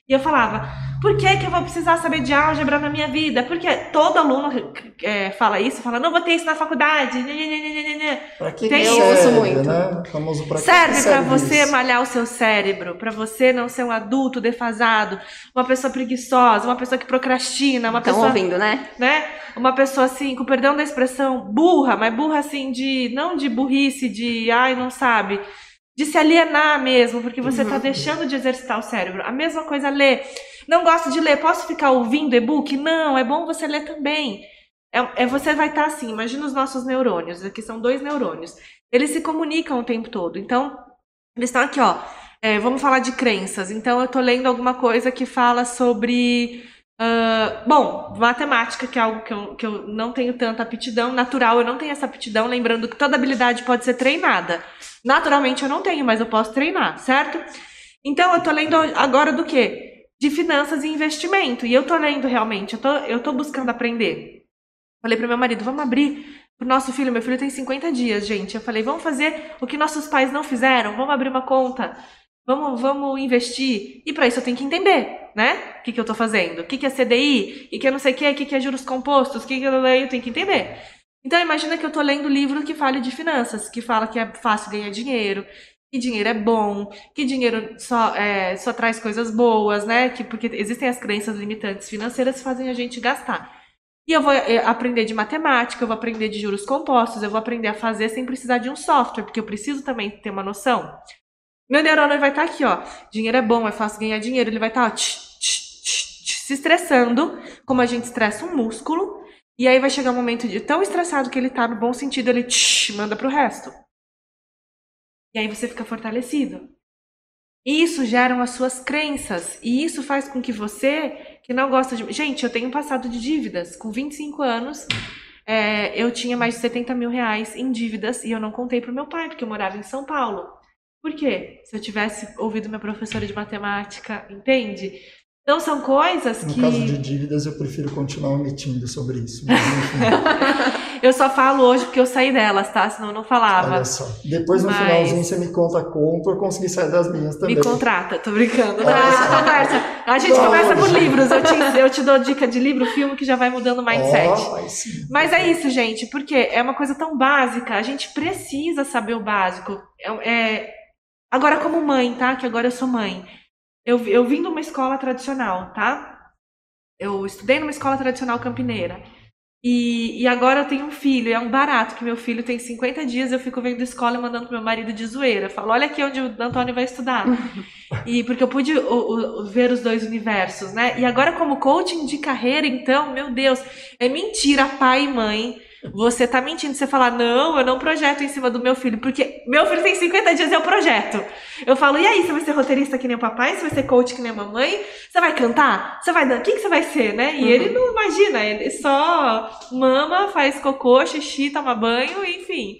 S2: E eu falava, por que que eu vou precisar saber de álgebra na minha vida? Porque todo aluno é, fala isso, fala, não vou ter isso na faculdade.
S1: Pra que
S3: Tem
S1: que
S3: isso
S1: serve,
S3: muito.
S1: Né? O famoso pra que
S2: serve
S1: que
S2: para
S1: serve
S2: você
S1: isso?
S2: malhar o seu cérebro, para você não ser um adulto defasado, uma pessoa preguiçosa, uma pessoa que procrastina, uma
S3: Estão
S2: pessoa,
S3: ouvindo, né?
S2: né? Uma pessoa assim, com perdão da expressão, burra, mas burra assim de não de burrice, de ai, não sabe, de se alienar mesmo, porque você está deixando de exercitar o cérebro. A mesma coisa ler. Não gosto de ler, posso ficar ouvindo e-book? Não, é bom você ler também. É, é você vai estar assim, imagina os nossos neurônios, aqui são dois neurônios. Eles se comunicam o tempo todo. Então, eles estão aqui, ó. É, vamos falar de crenças. Então, eu tô lendo alguma coisa que fala sobre Uh, bom, matemática, que é algo que eu, que eu não tenho tanta aptidão, natural, eu não tenho essa aptidão, lembrando que toda habilidade pode ser treinada. Naturalmente eu não tenho, mas eu posso treinar, certo? Então eu tô lendo agora do quê? De finanças e investimento, e eu tô lendo realmente, eu tô, eu tô buscando aprender. Falei pro meu marido, vamos abrir pro nosso filho, meu filho tem cinquenta dias, gente, eu falei, vamos fazer o que nossos pais não fizeram, vamos abrir uma conta. Vamos, vamos investir. E para isso eu tenho que entender, né? O que, que eu tô fazendo. O que, que é C D I? E que eu não sei o que, o que, que é juros compostos? O que, que eu, eu tenho que entender. Então imagina que eu tô lendo livro que fala de finanças, que fala que é fácil ganhar dinheiro, que dinheiro é bom, que dinheiro só, é, só traz coisas boas, né? Que, porque existem as crenças limitantes financeiras que fazem a gente gastar. E eu vou aprender de matemática, eu vou aprender de juros compostos, eu vou aprender a fazer sem precisar de um software, porque eu preciso também ter uma noção. Meu neurônio vai estar aqui, ó. Dinheiro é bom, é fácil ganhar dinheiro. Ele vai estar, ó, tch, tch, tch, tch, se estressando, como a gente estressa um músculo. E aí vai chegar um momento de tão estressado que ele tá, no bom sentido, ele tch, manda pro resto. E aí você fica fortalecido. Isso geram as suas crenças. E isso faz com que você, que não gosta de... Gente, eu tenho um passado de dívidas. Com vinte e cinco anos, é, eu tinha mais de setenta mil reais em dívidas. E eu não contei pro meu pai, porque eu morava em São Paulo. Por quê? Se eu tivesse ouvido minha professora de matemática, entende? Então são coisas
S1: no
S2: que...
S1: No caso de dívidas, eu prefiro continuar omitindo sobre isso. Mas, enfim.
S2: Eu só falo hoje porque eu saí delas, tá? Senão eu não falava.
S1: Olha só. Depois, no
S2: Mas...
S1: finalzinho, você me conta como pra eu conseguir sair das minhas também.
S2: Me contrata, tô brincando. Não, a gente conversa. A gente
S1: Não,
S2: conversa por
S1: gente.
S2: livros. Eu te, eu te dou dica de livro, filme, que já vai mudando o mindset.
S1: Oh, mas sim.
S2: Mas é isso, gente. Porque é uma coisa tão básica. A gente precisa saber o básico. É... é... Agora como mãe, tá? Que agora eu sou mãe. Eu, eu vim de uma escola tradicional, tá? Eu estudei numa escola tradicional campineira. E, e agora eu tenho um filho. É um barato que meu filho tem cinquenta dias. Eu fico vendo escola e mandando pro meu marido de zoeira. Eu falo, olha aqui onde o Antônio vai estudar. E porque eu pude o, o, ver os dois universos, né? E agora como coaching de carreira, então, meu Deus, é mentira, pai e mãe. Você tá mentindo, você falar, não, eu não projeto em cima do meu filho, porque meu filho tem cinquenta dias e eu projeto. Eu falo, e aí, você vai ser roteirista que nem o papai? Você vai ser coach que nem a mamãe? Você vai cantar? Você vai dar? O que, que você vai ser, né? E uhum. Ele não imagina, ele só mama, faz cocô, xixi, toma banho, enfim.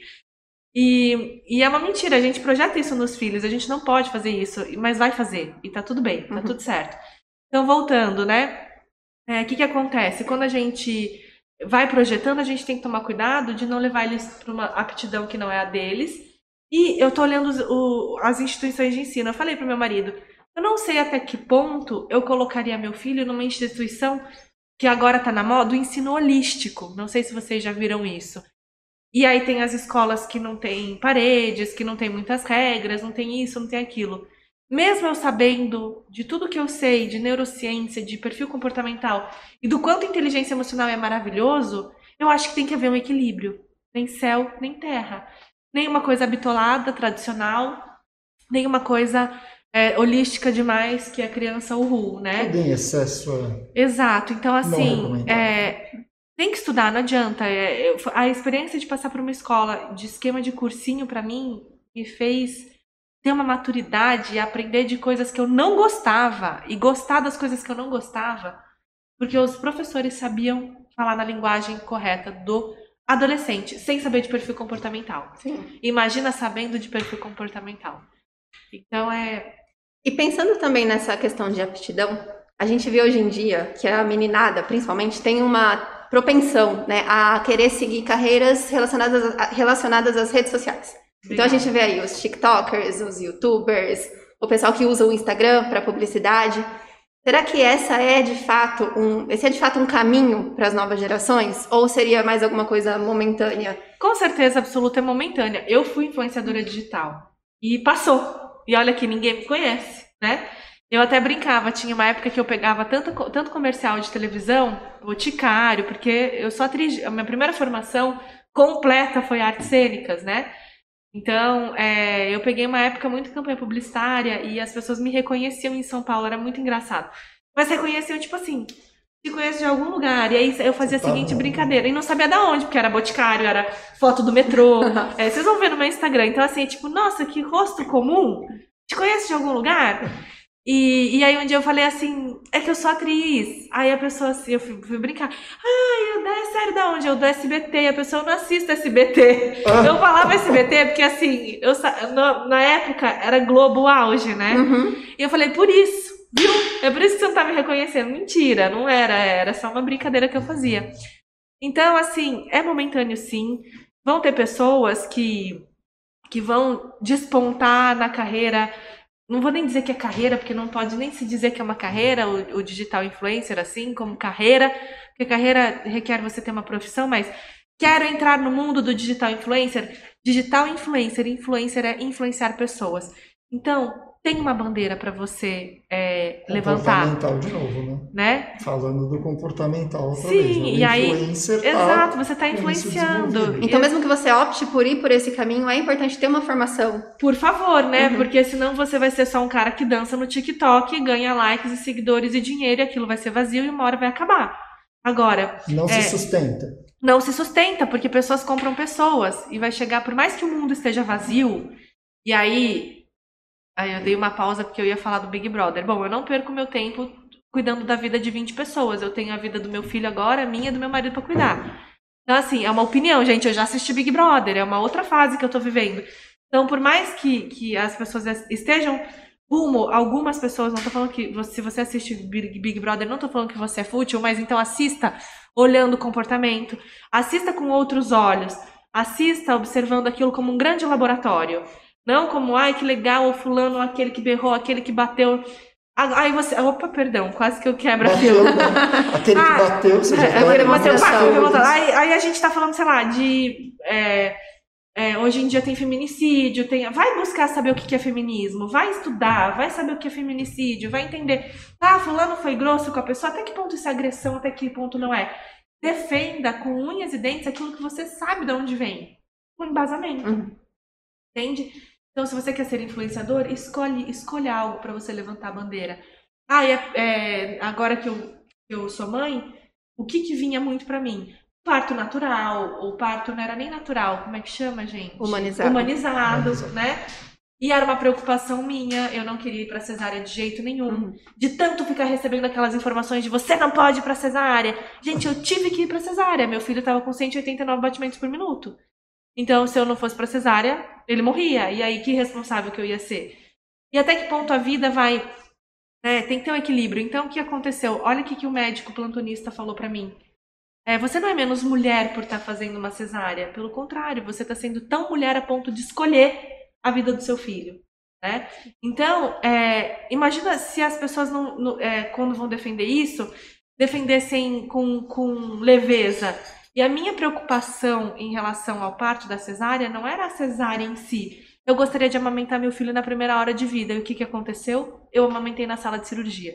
S2: E, e é uma mentira, a gente projeta isso nos filhos, a gente não pode fazer isso, mas vai fazer, e tá tudo bem, tá uhum. tudo certo. Então, voltando, né? O é, que que acontece? Quando a gente vai projetando, a gente tem que tomar cuidado de não levar eles para uma aptidão que não é a deles. E eu tô olhando os, o, as instituições de ensino. Eu falei pro meu marido, eu não sei até que ponto eu colocaria meu filho numa instituição que agora tá na moda, o ensino holístico. Não sei se vocês já viram isso. E aí tem as escolas que não tem paredes, que não tem muitas regras, não tem isso, não tem aquilo. Mesmo eu sabendo de tudo que eu sei de neurociência, de perfil comportamental e do quanto inteligência emocional é maravilhoso, eu acho que tem que haver um equilíbrio. Nem céu, nem terra. Nem uma coisa bitolada, tradicional, nem uma coisa é, holística demais, que a criança uhul, né?
S1: Tudo em excesso.
S2: Exato. Então, assim, é, tem que estudar, não adianta. É, eu, a experiência de passar por uma escola de esquema de cursinho, pra mim, me fez ter uma maturidade e aprender de coisas que eu não gostava e gostar das coisas que eu não gostava, porque os professores sabiam falar na linguagem correta do adolescente, sem saber de perfil comportamental.
S3: Sim.
S2: Imagina sabendo de perfil comportamental. Então é...
S3: E pensando também nessa questão de aptidão, a gente vê hoje em dia que a meninada, principalmente, tem uma propensão, né, a querer seguir carreiras relacionadas, a, relacionadas às redes sociais. Então a gente vê aí os TikTokers, os YouTubers, o pessoal que usa o Instagram para publicidade. Será que essa é de fato um, esse é de fato um caminho para as novas gerações? Ou seria mais alguma coisa momentânea?
S2: Com certeza absoluta é momentânea. Eu fui influenciadora digital e passou. E olha que ninguém me conhece, né? Eu até brincava, tinha uma época que eu pegava tanto, tanto comercial de televisão, Boticário, porque eu sou atriz, a minha primeira formação completa foi artes cênicas, né? Então, é, eu peguei uma época muito campanha publicitária e as pessoas me reconheciam em São Paulo, era muito engraçado. Mas reconheciam, tipo assim, te conheço de algum lugar. E aí eu fazia a seguinte brincadeira, e não sabia de onde, porque era Boticário, era foto do metrô. É, vocês vão ver no meu Instagram. Então, assim, tipo, nossa, que rosto comum, te conheço de algum lugar? E, e aí um dia eu falei assim, é que eu sou atriz. Aí a pessoa assim, eu fui, fui brincar. Ah, eu da série da onde? Eu do S B T. A pessoa não assiste S B T. Eu falava S B T porque assim, eu, no, na época era Globo auge, né?
S3: Uhum.
S2: E eu falei, por isso, viu? É por isso que você não tá me reconhecendo. Mentira, não era. Era só uma brincadeira que eu fazia. Então, assim, é momentâneo sim. Vão ter pessoas que, que vão despontar na carreira. Não vou nem dizer que é carreira, porque não pode nem se dizer que é uma carreira, o, o digital influencer, assim, como carreira, porque carreira requer você ter uma profissão, mas quero entrar no mundo do digital influencer. Digital influencer, influencer é influenciar pessoas. Então, tem uma bandeira para você é, levantar.
S1: Comportamental de novo, né?
S2: né?
S1: Falando do comportamental outra
S2: Sim,
S1: vez. Né?
S2: e aí,
S1: influencer
S2: exato,
S1: tá
S2: você está
S1: com isso
S2: influenciando.
S1: desenvolvido.
S3: Então, mesmo que você opte por ir por esse caminho, é importante ter uma formação.
S2: Por favor, né?
S3: Uhum.
S2: Porque senão você vai ser só um cara que dança no TikTok, ganha likes e seguidores e dinheiro, e aquilo vai ser vazio e uma hora vai acabar. Agora,
S1: Não
S2: é,
S1: se sustenta.
S2: não se sustenta, porque pessoas compram pessoas. E vai chegar, por mais que o mundo esteja vazio, e aí... Aí eu dei uma pausa porque eu ia falar do Big Brother. Bom, eu não perco meu tempo cuidando da vida de vinte pessoas. Eu tenho a vida do meu filho agora, a minha e do meu marido pra cuidar. Então, assim, é uma opinião, gente. Eu já assisti Big Brother, é uma outra fase que eu tô vivendo. Então, por mais que, que as pessoas estejam rumo, algumas pessoas, não tô falando que você, se você assiste Big, Big Brother, não tô falando que você é fútil, mas então assista olhando o comportamento, assista com outros olhos, assista observando aquilo como um grande laboratório. Não como, ai, que legal, o fulano, aquele que berrou, aquele que bateu. Aí você. Opa, perdão, quase que eu quebro aquilo.
S1: Aquele que bateu, você já
S2: é,
S1: vai
S2: aquele bateu,
S1: bateu,
S2: pá, aí, aí a gente tá falando, sei lá, de. É, é, hoje em dia tem feminicídio, tem. Vai buscar saber o que é feminismo, vai estudar, vai saber o que é feminicídio, vai entender. Ah, fulano foi grosso com a pessoa, até que ponto isso é agressão, até que ponto não é. Defenda com unhas e dentes aquilo que você sabe de onde vem. Com embasamento.
S3: Uhum.
S2: Entende? Então, se você quer ser influenciador, escolhe, escolha algo para você levantar a bandeira. Ah, é, é, agora que eu, que eu sou mãe, o que que vinha muito para mim? Parto natural, ou parto não era nem natural, como é que chama, gente?
S3: Humanizado.
S2: Humanizado, né? E era uma preocupação minha, eu não queria ir pra cesárea de jeito nenhum.
S3: Uhum.
S2: De tanto ficar recebendo aquelas informações de você não pode ir pra cesárea. Gente, eu tive que ir pra cesárea, meu filho tava com cento e oitenta e nove batimentos por minuto. Então, se eu não fosse pra cesárea, ele morria. E aí, que responsável que eu ia ser? E até que ponto a vida vai... Né, tem que ter um equilíbrio. Então, o que aconteceu? Olha o que, que o médico plantonista falou pra mim. É, você não é menos mulher por estar fazendo uma cesárea. Pelo contrário, você está sendo tão mulher a ponto de escolher a vida do seu filho. Né? Então, é, imagina se as pessoas, não, não, é, quando vão defender isso, defendessem com, com leveza. E a minha preocupação em relação ao parto da cesárea não era a cesárea em si. Eu gostaria de amamentar meu filho na primeira hora de vida. E o que, que aconteceu? Eu amamentei na sala de cirurgia.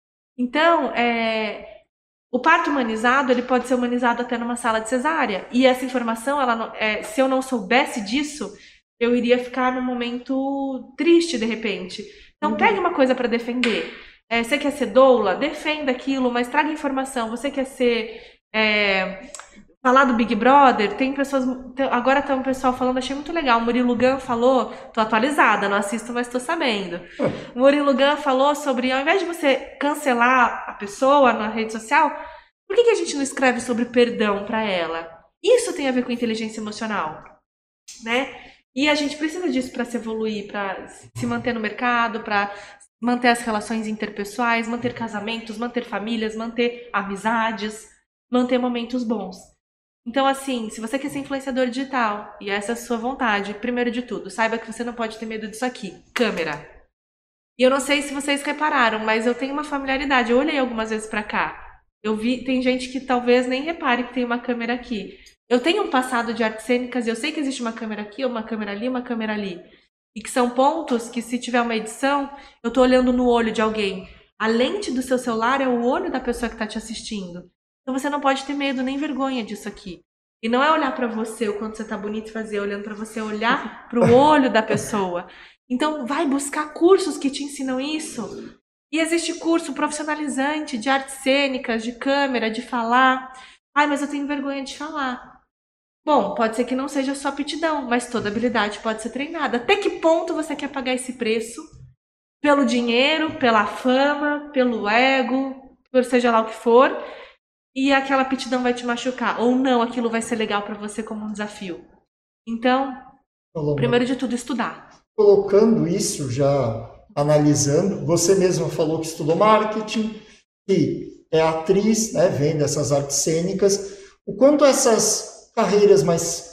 S2: Então, é, o parto humanizado, ele pode ser humanizado até numa sala de cesárea. E essa informação, ela não, é, se eu não soubesse disso, eu iria ficar num momento triste, de repente. Então, uhum. Pegue uma coisa para defender. É, você quer ser doula? Defenda aquilo, mas traga informação. Você quer ser... É, falar do Big Brother, tem pessoas... Agora tá um pessoal falando, achei muito legal. O Murilo Gun falou... Tô atualizada, não assisto, mas tô sabendo. O Murilo Gun falou sobre... Ao invés de você cancelar a pessoa na rede social, por que, que a gente não escreve sobre perdão para ela? Isso tem a ver com inteligência emocional, né? E a gente precisa disso para se evoluir, para se manter no mercado, para manter as relações interpessoais, manter casamentos, manter famílias, manter amizades, manter momentos bons. Então, assim, se você quer ser influenciador digital, e essa é a sua vontade, primeiro de tudo, saiba que você não pode ter medo disso aqui. Câmera. E eu não sei se vocês repararam, mas eu tenho uma familiaridade. Eu olhei algumas vezes pra cá. Eu vi, tem gente que talvez nem repare que tem uma câmera aqui. Eu tenho um passado de artes cênicas e eu sei que existe uma câmera aqui, uma câmera ali, uma câmera ali. E que são pontos que, se tiver uma edição, eu tô olhando no olho de alguém. A lente do seu celular é o olho da pessoa que tá te assistindo. Então você não pode ter medo nem vergonha disso aqui. E não é olhar pra você o quanto você tá bonito e fazer, olhando pra você, olhar pro olho da pessoa. Então vai buscar cursos que te ensinam isso. E existe curso profissionalizante de artes cênicas, de câmera, de falar. Ai, mas eu tenho vergonha de falar. Bom, pode ser que não seja só aptidão, mas toda habilidade pode ser treinada. Até que ponto você quer pagar esse preço? Pelo dinheiro, pela fama, pelo ego, por seja lá o que for, e aquela aptidão vai te machucar. Ou não, aquilo vai ser legal para você como um desafio. Então,
S1: Paloma,
S2: primeiro de tudo, estudar.
S1: Colocando isso, já analisando, você mesma falou que estudou marketing, que é atriz, né, vem dessas artes cênicas. O quanto essas carreiras mais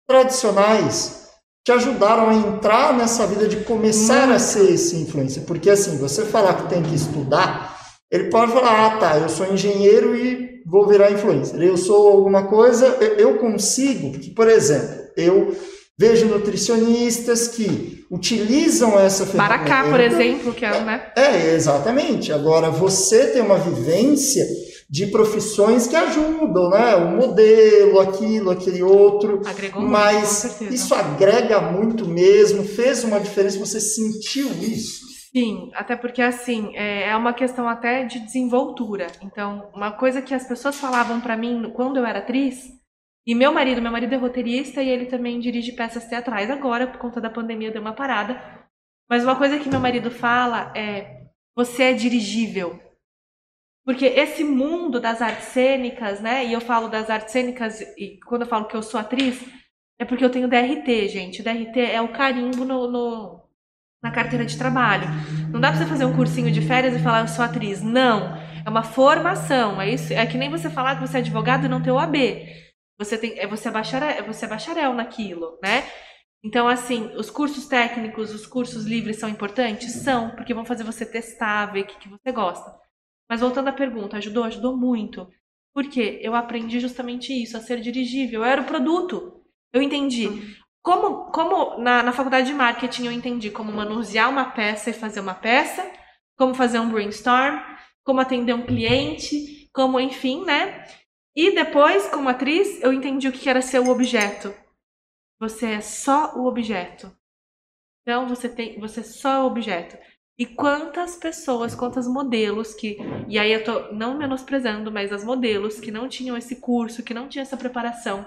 S1: tradicionais te ajudaram a entrar nessa vida de começar Muito. a ser esse influencer? Porque assim, você falar que tem que estudar, ele pode falar, ah tá, eu sou engenheiro e vou virar influencer. Eu sou alguma coisa, eu consigo, porque, por exemplo, eu vejo nutricionistas que utilizam essa ferramenta.
S2: Baracá, por exemplo, que é, né?
S1: É, exatamente. Agora, você tem uma vivência de profissões que ajudam, né? O modelo, aquilo, aquele outro.
S2: Agregou muito,
S1: mas
S2: com certeza.
S1: Isso agrega muito mesmo, fez uma diferença, você sentiu isso?
S2: Sim, até porque assim, é uma questão até de desenvoltura. Então, uma coisa que as pessoas falavam pra mim quando eu era atriz, e meu marido, meu marido é roteirista e ele também dirige peças teatrais. Agora, por conta da pandemia, deu uma parada. Mas uma coisa que meu marido fala é, você é dirigível. Porque esse mundo das artes cênicas, né? E eu falo das artes cênicas, e quando eu falo que eu sou atriz, é porque eu tenho D R T, gente. O D R T é o carimbo no, no, na carteira de trabalho. Não dá pra você fazer um cursinho de férias e falar, eu sou atriz. Não. É uma formação. É, isso, é que nem você falar que você é advogado e não ter o A B. Você, tem, é, você, é bacharel, é você é bacharel naquilo, né? Então, assim, os cursos técnicos, os cursos livres são importantes? São, porque vão fazer você testar, ver o que, que você gosta. Mas voltando à pergunta, ajudou? Ajudou muito. Por quê? Eu aprendi justamente isso, a ser dirigível. Eu era o produto. Eu entendi. Como, como na, na faculdade de marketing eu entendi como manusear uma peça e fazer uma peça, como fazer um brainstorm, como atender um cliente, como, enfim, né? E depois, como atriz, eu entendi o que era ser o objeto. Você é só o objeto. Então, você, tem, você é só o objeto. E quantas pessoas, quantos modelos que... E aí eu tô não menosprezando, mas as modelos que não tinham esse curso, que não tinham essa preparação.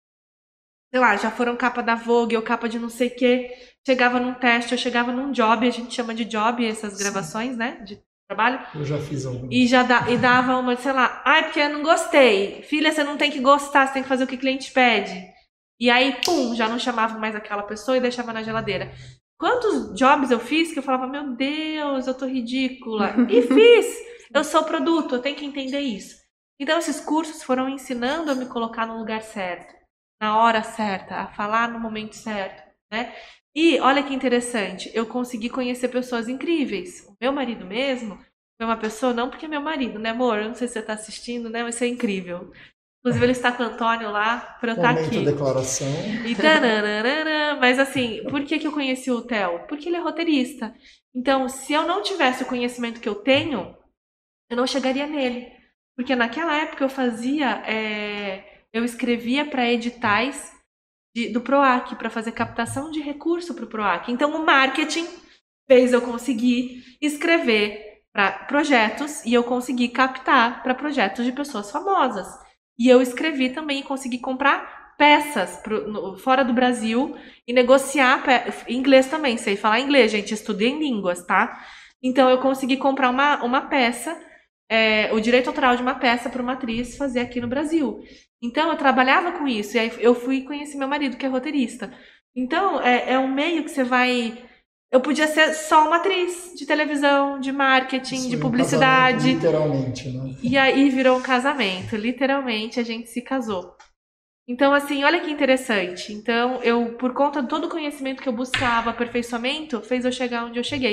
S2: Sei lá, já foram capa da Vogue ou capa de não sei o quê. Chegava num teste, eu chegava num job, a gente chama de job essas gravações, né? De trabalho.
S1: Eu já fiz algum.
S2: E, já dá, e dava uma, sei lá, ai, porque eu não gostei. Filha, você não tem que gostar, você tem que fazer o que o cliente pede. E aí, pum, já não chamava mais aquela pessoa e deixava na geladeira. Quantos jobs eu fiz que eu falava, meu Deus, eu tô ridícula. E fiz! Eu sou produto, eu tenho que entender isso. Então, esses cursos foram ensinando a me colocar no lugar certo, na hora certa, a falar no momento certo, né? E, olha que interessante, eu consegui conhecer pessoas incríveis. O meu marido mesmo foi uma pessoa, não porque é meu marido, né, amor? Eu não sei se você tá assistindo, né? Mas isso é incrível. Inclusive, ele está com o Antônio lá para eu estar aqui.
S1: Momento declaração.
S2: E tananana, mas assim, por que, que eu conheci o Theo? Porque ele é roteirista. Então, se eu não tivesse o conhecimento que eu tenho, eu não chegaria nele. Porque naquela época eu fazia, é, eu escrevia para editais de, do PROAC, para fazer captação de recurso para o PROAC. Então, o marketing fez eu conseguir escrever para projetos e eu consegui captar para projetos de pessoas famosas. E eu escrevi também e consegui comprar peças pro, no, fora do Brasil e negociar em inglês também. Sei falar inglês, gente. Estudei em línguas, tá? Então, eu consegui comprar uma, uma peça, é, o direito autoral de uma peça para uma atriz fazer aqui no Brasil. Então, eu trabalhava com isso. E aí eu fui conhecer meu marido, que é roteirista. Então, é, é um meio que você vai... Eu podia ser só uma atriz de televisão, de marketing, Isso, de publicidade.
S1: Um literalmente, né?
S2: E aí virou um casamento. Literalmente, a gente se casou. Então, assim, olha que interessante. Então, eu, por conta de todo o conhecimento que eu buscava, aperfeiçoamento, fez eu chegar onde eu cheguei.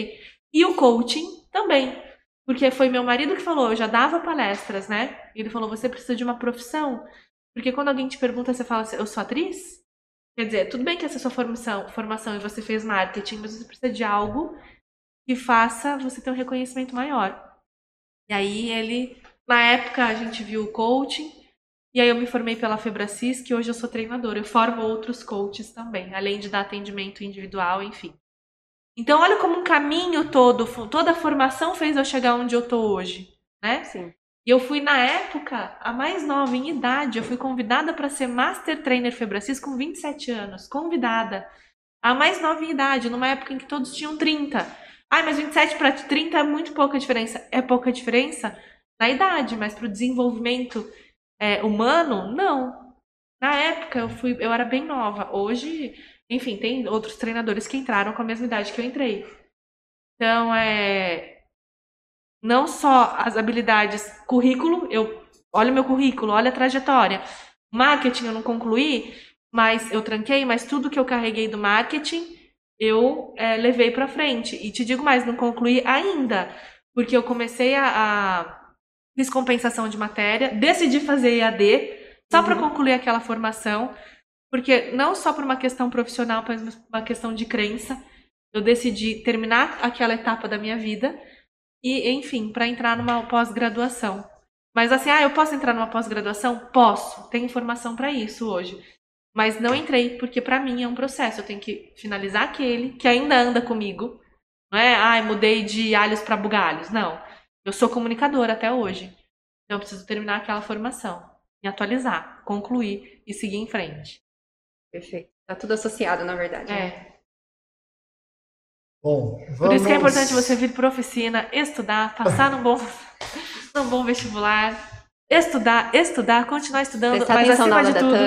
S2: E o coaching também. Porque foi meu marido que falou, eu já dava palestras, né? E ele falou, você precisa de uma profissão. Porque quando alguém te pergunta, você fala, eu sou atriz? Quer dizer, tudo bem que essa é a sua formação, formação e você fez marketing, mas você precisa de algo que faça você ter um reconhecimento maior. E aí ele, na época, a gente viu o coaching, e aí eu me formei pela Febracis, que hoje eu sou treinadora. Eu formo outros coaches também, além de dar atendimento individual, enfim. Então, olha como um caminho todo, toda a formação fez eu chegar onde eu tô hoje, né?
S3: Sim.
S2: E eu fui, na época, a mais nova em idade. Eu fui convidada para ser Master Trainer Febracis com vinte e sete anos. Convidada. A mais nova em idade, numa época em que todos tinham trinta. Ai, mas vinte e sete para trinta é muito pouca diferença. É pouca diferença na idade, mas para o desenvolvimento é, humano, não. Na época, eu, fui, eu era bem nova. Hoje, enfim, tem outros treinadores que entraram com a mesma idade que eu entrei. Então, é... Não só as habilidades, currículo, eu olha o meu currículo, olha a trajetória. Marketing eu não concluí, mas eu tranquei, mas tudo que eu carreguei do marketing, eu é, levei pra frente. E te digo mais, não concluí ainda, porque eu comecei a, a fiz compensação de matéria, decidi fazer E A D, só para concluir aquela formação, porque não só por uma questão profissional, mas uma questão de crença, eu decidi terminar aquela etapa da minha vida, e, enfim, para entrar numa pós-graduação. Mas assim, ah, eu posso entrar numa pós-graduação? Posso, tenho informação para isso hoje. Mas não entrei, porque para mim é um processo. Eu tenho que finalizar aquele que ainda anda comigo. Não é, ah, mudei de alhos para bugalhos. Não, eu sou comunicadora até hoje. Então eu preciso terminar aquela formação, me atualizar, concluir e seguir em frente.
S3: Perfeito. Tá tudo associado, na verdade.
S2: É.
S3: Né?
S1: Bom, vamos...
S2: Por isso que é importante você vir para a oficina, estudar, passar num bom, num bom vestibular, estudar, estudar, continuar estudando,
S3: prestar
S2: mas acima de tudo...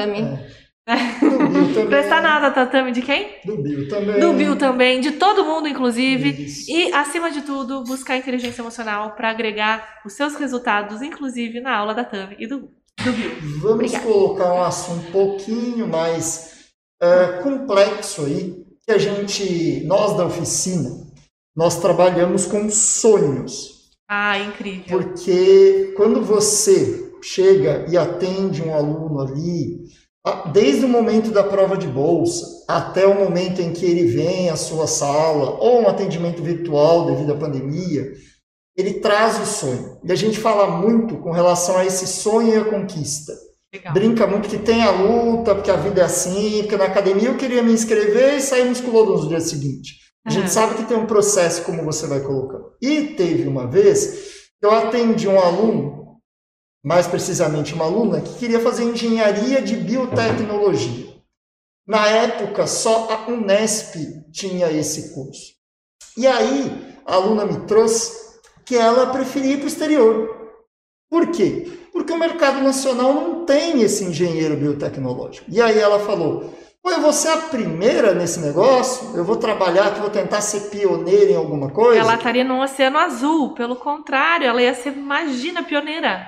S1: É. Do Bill também.
S2: Prestar nada da tatame de quem?
S1: Do Bill também.
S2: Do Bill também, de todo mundo, inclusive.
S1: Isso.
S2: E, acima de tudo, buscar inteligência emocional para agregar os seus resultados, inclusive na aula da Tami e do, do Bill.
S1: Vamos
S3: Obrigada.
S1: colocar um assunto um pouquinho mais uh, complexo aí, que a gente, nós da oficina, nós trabalhamos com sonhos.
S2: Ah, incrível.
S1: Porque quando você chega e atende um aluno ali, desde o momento da prova de bolsa até o momento em que ele vem à sua sala, ou um atendimento virtual devido à pandemia, ele traz o sonho. E a gente fala muito com relação a esse sonho e a conquista.
S2: Legal.
S1: Brinca muito que tem a luta, porque a vida é assim, porque na academia eu queria me inscrever e sair musculoso no dia seguinte. A gente
S2: Uhum.
S1: sabe que tem um processo como você vai colocando. E teve uma vez que eu atendi um aluno, mais precisamente uma aluna, que queria fazer engenharia de biotecnologia. Na época, só a Unesp tinha esse curso. E aí, a aluna me trouxe que ela preferia ir para o exterior. Por quê? Porque o mercado nacional não tem esse engenheiro biotecnológico. E aí ela falou, pô, eu vou ser a primeira nesse negócio? Eu vou trabalhar aqui, vou tentar ser pioneira em alguma coisa?
S2: Ela estaria no Oceano Azul, pelo contrário, ela ia ser, imagina, pioneira.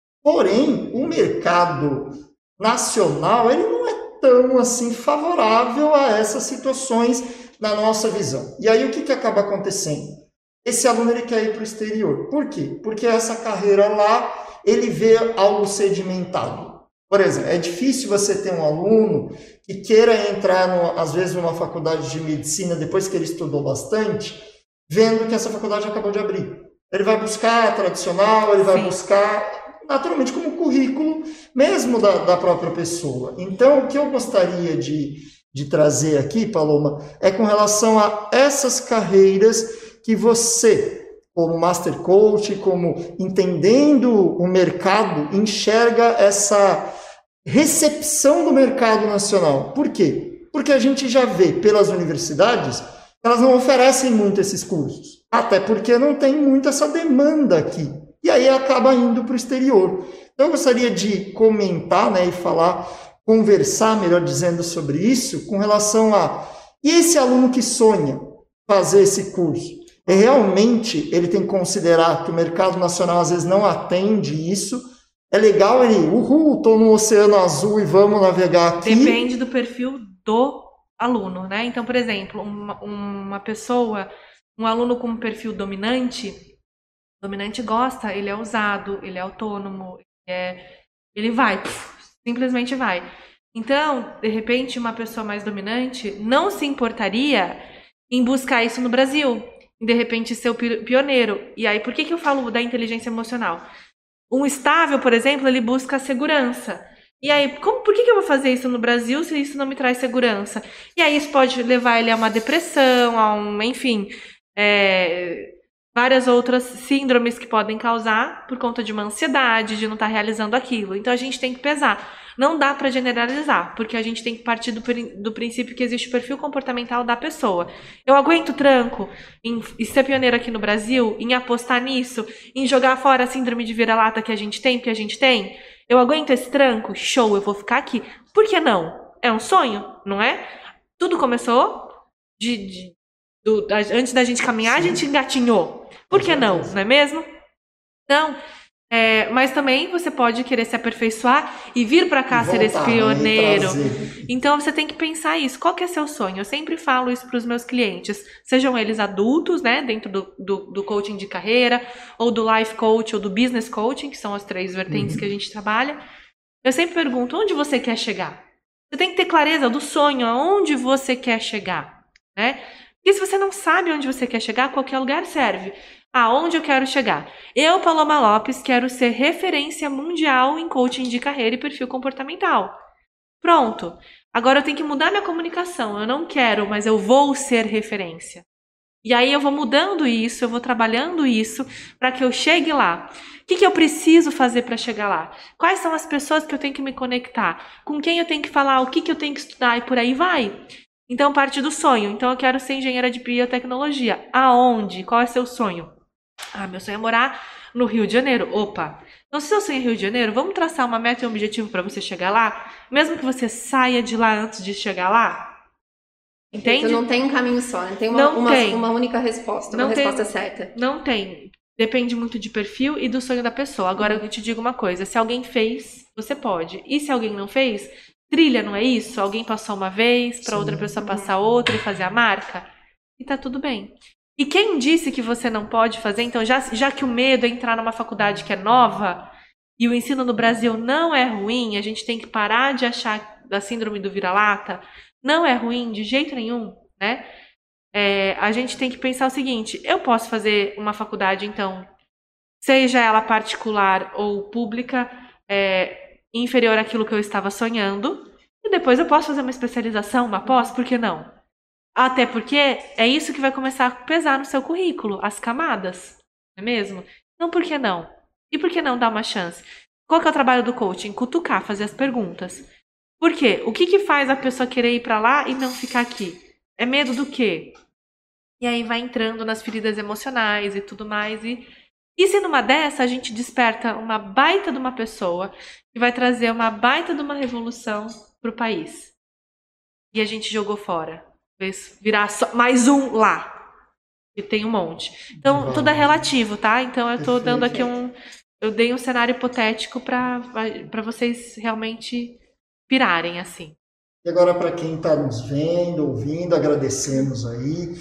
S1: Porém, o mercado nacional, ele não é tão assim favorável a essas situações na nossa visão. E aí o que, que acaba acontecendo? Esse aluno ele quer ir para o exterior. Por quê? Porque essa carreira lá, ele vê algo sedimentado. Por exemplo, é difícil você ter um aluno que queira entrar, no, às vezes, numa faculdade de medicina, depois que ele estudou bastante, vendo que essa faculdade acabou de abrir. Ele vai buscar a tradicional, ele vai
S2: Sim.
S1: buscar, naturalmente, como currículo mesmo da, da própria pessoa. Então, o que eu gostaria de, de trazer aqui, Paloma, é com relação a essas carreiras que você, como Master Coach, como entendendo o mercado, enxerga essa recepção do mercado nacional. Por quê? Porque a gente já vê pelas universidades, elas não oferecem muito esses cursos. Até porque não tem muito essa demanda aqui. E aí acaba indo para o exterior. Então eu gostaria de comentar, né, e falar, conversar, melhor dizendo, sobre isso, com relação a... E esse aluno que sonha fazer esse curso? E realmente ele tem que considerar que o mercado nacional às vezes não atende isso. É legal ele, uhul, estou no Oceano Azul e vamos navegar aqui.
S2: Depende do perfil do aluno, né? Então, por exemplo, uma, uma pessoa Um aluno com um perfil dominante, dominante gosta, ele é ousado, ele é autônomo, ele, é, ele vai, puf, simplesmente vai. Então, de repente, uma pessoa mais dominante não se importaria em buscar isso no Brasil, em de repente ser o pioneiro. E aí, por que que eu falo da inteligência emocional? Um estável, por exemplo, ele busca a segurança. E aí, como, por que que eu vou fazer isso no Brasil se isso não me traz segurança? E aí isso pode levar ele a uma depressão, a um, enfim, é, várias outras síndromes que podem causar por conta de uma ansiedade, de não estar realizando aquilo. Então a gente tem que pesar. Não dá para generalizar, porque a gente tem que partir do, do princípio que existe o perfil comportamental da pessoa. Eu aguento tranco em, em ser pioneiro aqui no Brasil, em apostar nisso, em jogar fora a síndrome de vira-lata que a gente tem, porque a gente tem? Eu aguento esse tranco? Show, eu vou ficar aqui. Por que não? É um sonho, não é? Tudo começou de, de, do, da, antes da gente caminhar, Sim. a gente engatinhou. Por que não? Não é mesmo? Então... É, mas também você pode querer se aperfeiçoar e vir para cá ser esse pioneiro. Então você tem que pensar isso. Qual que é seu sonho? Eu sempre falo isso para os meus clientes. Sejam eles adultos, né, dentro do, do, do coaching de carreira, ou do life coach, ou do business coaching, que são as três vertentes uhum. que a gente trabalha. Eu sempre pergunto, onde você quer chegar? Você tem que ter clareza do sonho, aonde você quer chegar, né? Porque se você não sabe onde você quer chegar, qualquer lugar serve. Aonde eu quero chegar? Eu, Paloma Lopes, quero ser referência mundial em coaching de carreira e perfil comportamental. Pronto. Agora eu tenho que mudar minha comunicação. Eu não quero, mas eu vou ser referência. E aí eu vou mudando isso, eu vou trabalhando isso para que eu chegue lá. O que, que eu preciso fazer para chegar lá? Quais são as pessoas que eu tenho que me conectar? Com quem eu tenho que falar? O que, que eu tenho que estudar? E por aí vai. Então parte do sonho. Então eu quero ser engenheira de biotecnologia. Aonde? Qual é seu sonho? Ah, meu sonho é morar no Rio de Janeiro. Opa! Então, se seu sonho é Rio de Janeiro, vamos traçar uma meta e um objetivo para você chegar lá? Mesmo que você saia de lá antes de chegar lá? Entende?
S3: Então, não tem um caminho só, não tem uma,
S2: não
S3: uma,
S2: tem.
S3: uma única resposta, uma
S2: não
S3: resposta
S2: tem,
S3: certa.
S2: Não tem. Depende muito de perfil e do sonho da pessoa. Agora, eu te digo uma coisa. Se alguém fez, você pode. E se alguém não fez, trilha, não é isso? Alguém passou uma vez, para outra pessoa passar outra e fazer a marca? E tá tudo bem. E quem disse que você não pode fazer? Então, já, já que o medo é entrar numa faculdade que é nova e o ensino no Brasil não é ruim, a gente tem que parar de achar da síndrome do vira-lata, não é ruim de jeito nenhum, né? É, a gente tem que pensar o seguinte, eu posso fazer uma faculdade, então, seja ela particular ou pública, é, inferior àquilo que eu estava sonhando, e depois eu posso fazer uma especialização, uma pós, por que não? Até porque é isso que vai começar a pesar no seu currículo, as camadas, não é mesmo? Então, por que não? E por que não dar uma chance? Qual que é o trabalho do coaching? Cutucar, fazer as perguntas. Por quê? O que que faz a pessoa querer ir para lá e não ficar aqui? É medo do quê? E aí vai entrando nas feridas emocionais e tudo mais. E, e se numa dessa a gente desperta uma baita de uma pessoa que vai trazer uma baita de uma revolução para o país? E a gente jogou fora. Virar só mais um lá. E tem um monte. Então, tudo é relativo, tá? Então, eu tô dando aqui um... Eu dei um cenário hipotético para para vocês realmente pirarem, assim.
S1: E agora, para quem está nos vendo, ouvindo, agradecemos aí.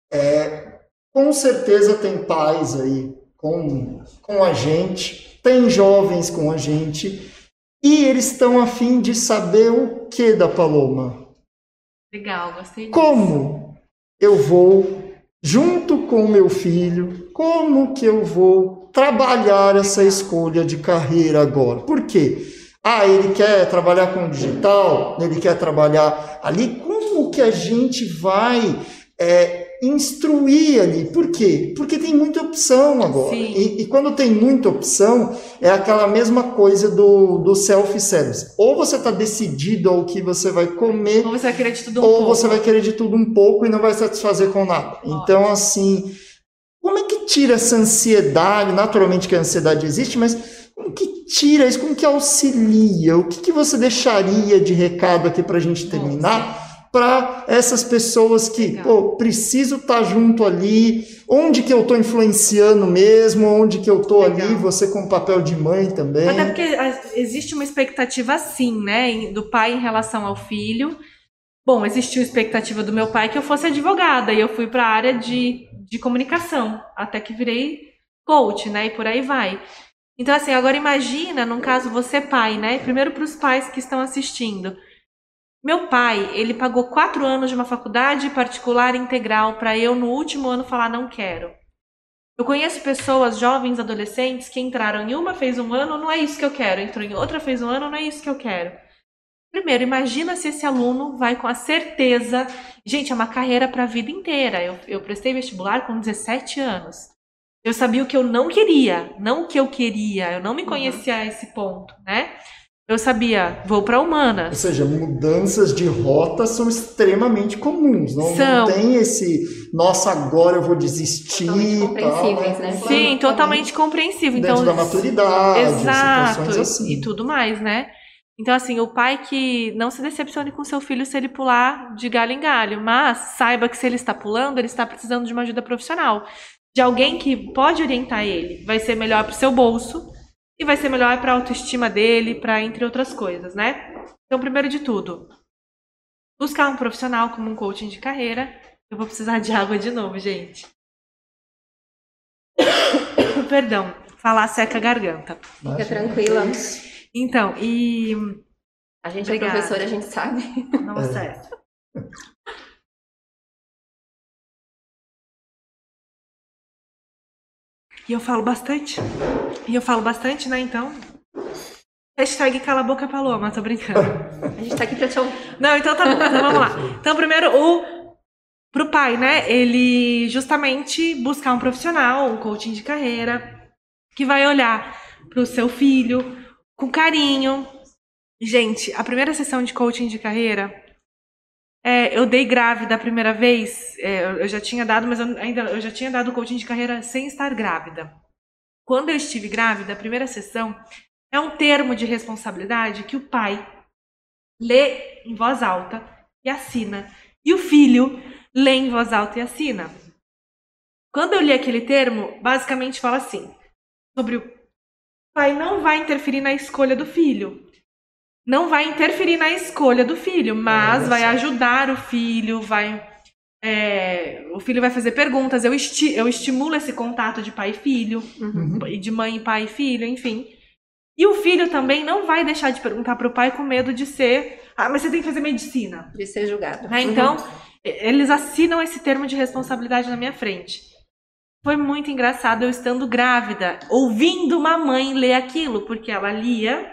S1: É, com certeza tem pais aí com, com a gente, tem jovens com a gente, e eles estão a fim de saber o que da Paloma.
S2: Legal, gostei disso.
S1: Como eu vou, junto com o meu filho, como que eu vou trabalhar essa escolha de carreira agora? Por quê? Ah, ele quer trabalhar com digital, ele quer trabalhar ali. Como que a gente vai é, instruir ali? Por quê? Porque tem muita opção agora. E, e quando tem muita opção, é aquela mesma coisa do, do self-service. Ou você está decidido ao que você vai comer,
S2: ou você vai querer de tudo um
S1: ou
S2: pouco.
S1: você vai querer de tudo um pouco e não vai satisfazer com nada. Ótimo. Então, assim, como é que tira essa ansiedade? Naturalmente que a ansiedade existe, mas como que tira isso? Como que auxilia? O que, que você deixaria de recado aqui para a gente terminar? Para essas pessoas que, pô, preciso estar junto ali, onde que eu estou influenciando mesmo, onde que eu estou ali, você com papel de mãe também.
S2: Até porque existe uma expectativa sim, né, do pai em relação ao filho. Bom, existiu a expectativa do meu pai que eu fosse advogada, e eu fui para a área de, de comunicação, até que virei coach, né? E por aí vai. Então, assim, agora imagina, num caso, você pai, né? Primeiro para os pais que estão assistindo. Meu pai, ele pagou quatro anos de uma faculdade particular integral para eu, no último ano, falar não quero. Eu conheço pessoas, jovens, adolescentes, que entraram em uma, fez um ano, não é isso que eu quero. Entrou em outra, fez um ano, não é isso que eu quero. Primeiro, imagina se esse aluno vai com a certeza... Gente, é uma carreira para a vida inteira. Eu, eu prestei vestibular com dezessete anos. Eu sabia o que eu não queria, não o que eu queria. Eu não me conhecia a esse ponto, né? Eu sabia, vou para humanas.
S1: Ou seja, mudanças de rota são extremamente comuns. Não,
S2: são.
S1: não tem esse, nossa, agora eu vou desistir.
S3: Totalmente compreensíveis,
S1: tal,
S3: né?
S2: Sim, totalmente compreensível.
S1: Dentro
S2: Então,
S1: da maturidade,
S2: exato,
S1: situações assim.
S2: E tudo mais, né? Então, assim, o pai que não se decepcione com seu filho se ele pular de galho em galho, mas saiba que se ele está pulando, ele está precisando de uma ajuda profissional. De alguém que pode orientar ele. Vai ser melhor para o seu bolso e vai ser melhor para a autoestima dele, para entre outras coisas, né? Então, primeiro de tudo, buscar um profissional como um coaching de carreira. Eu vou precisar de água de novo, gente. Perdão, falar seca a garganta.
S3: Fica tranquila.
S2: Então, e...
S3: A gente
S2: Obrigada.
S3: é professora, a gente sabe.
S2: Nossa, é. é. E eu falo bastante. E eu falo bastante, né, então... Hashtag cala a boca, Paloma, tô brincando.
S3: A gente tá aqui pra te ouvir.
S2: Não, então tá bom, então vamos lá. Então, primeiro, o... Pro pai, né, ele justamente buscar um profissional, um coaching de carreira, que vai olhar pro seu filho com carinho. Gente, a primeira sessão de coaching de carreira, é, eu dei grávida a primeira vez, é, eu já tinha dado, mas eu ainda eu já tinha dado coaching de carreira sem estar grávida. Quando eu estive grávida, a primeira sessão é um termo de responsabilidade que o pai lê em voz alta e assina, e o filho lê em voz alta e assina. Quando eu li aquele termo, basicamente fala assim, sobre o pai não vai interferir na escolha do filho. Não vai interferir na escolha do filho, mas vai ajudar o filho, vai, é, o filho vai fazer perguntas, eu, esti eu estimulo esse contato de pai e filho,
S1: Uhum.
S2: de mãe, pai e filho, enfim. E o filho também não vai deixar de perguntar para o pai com medo de ser, ah, mas você tem que fazer medicina.
S3: De ser julgado.
S2: Né? Então, uhum. eles assinam esse termo de responsabilidade na minha frente. Foi muito engraçado eu estando grávida, ouvindo uma mãe ler aquilo, porque ela lia...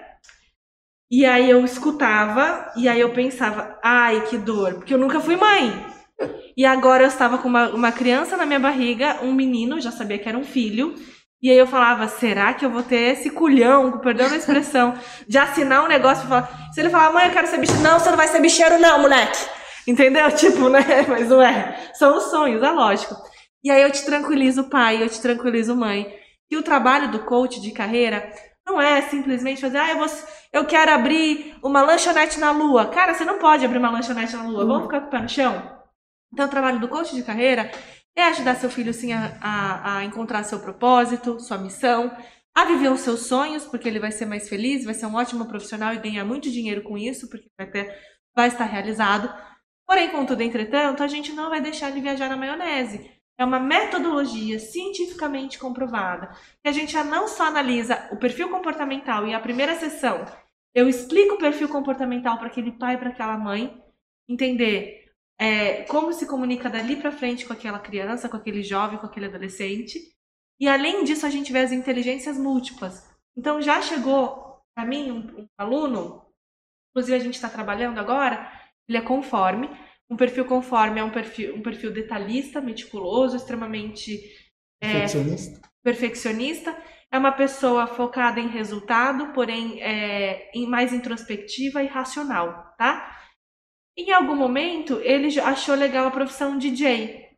S2: E aí eu escutava, e aí eu pensava, ai, que dor, porque eu nunca fui mãe. E agora eu estava com uma, uma criança na minha barriga, um menino, eu já sabia que era um filho, e aí eu falava, será que eu vou ter esse culhão, perdão a expressão, de assinar um negócio pra falar... Se ele falar, mãe, eu quero ser bicheiro, não, você não vai ser bicheiro não, moleque. Entendeu? Tipo, né? Mas não é. São os sonhos, é lógico. E aí eu te tranquilizo, pai, eu te tranquilizo, mãe. E o trabalho do coach de carreira... Não é simplesmente fazer, ah, eu, vou, eu quero abrir uma lanchonete na lua. Cara, você não pode abrir uma lanchonete na lua. Uhum. Vamos ficar com o pé no chão? Então, o trabalho do coach de carreira é ajudar seu filho, sim, a, a, a encontrar seu propósito, sua missão, a viver os seus sonhos, porque ele vai ser mais feliz, vai ser um ótimo profissional e ganhar muito dinheiro com isso, porque vai, ter, vai estar realizado. Porém, contudo, entretanto, a gente não vai deixar ele viajar na maionese. É uma metodologia cientificamente comprovada, que a gente já não só analisa o perfil comportamental e a primeira sessão, eu explico o perfil comportamental para aquele pai e para aquela mãe, entender é, como se comunica dali para frente com aquela criança, com aquele jovem, com aquele adolescente, e além disso a gente vê as inteligências múltiplas. Então já chegou para mim um, um aluno, inclusive a gente está trabalhando agora, ele é conforme. Um perfil conforme é um perfil, um perfil detalhista, meticuloso, extremamente é,
S1: perfeccionista.
S2: perfeccionista. É uma pessoa focada em resultado, porém é, em mais introspectiva e racional, tá? Em algum momento, ele achou legal a profissão D J.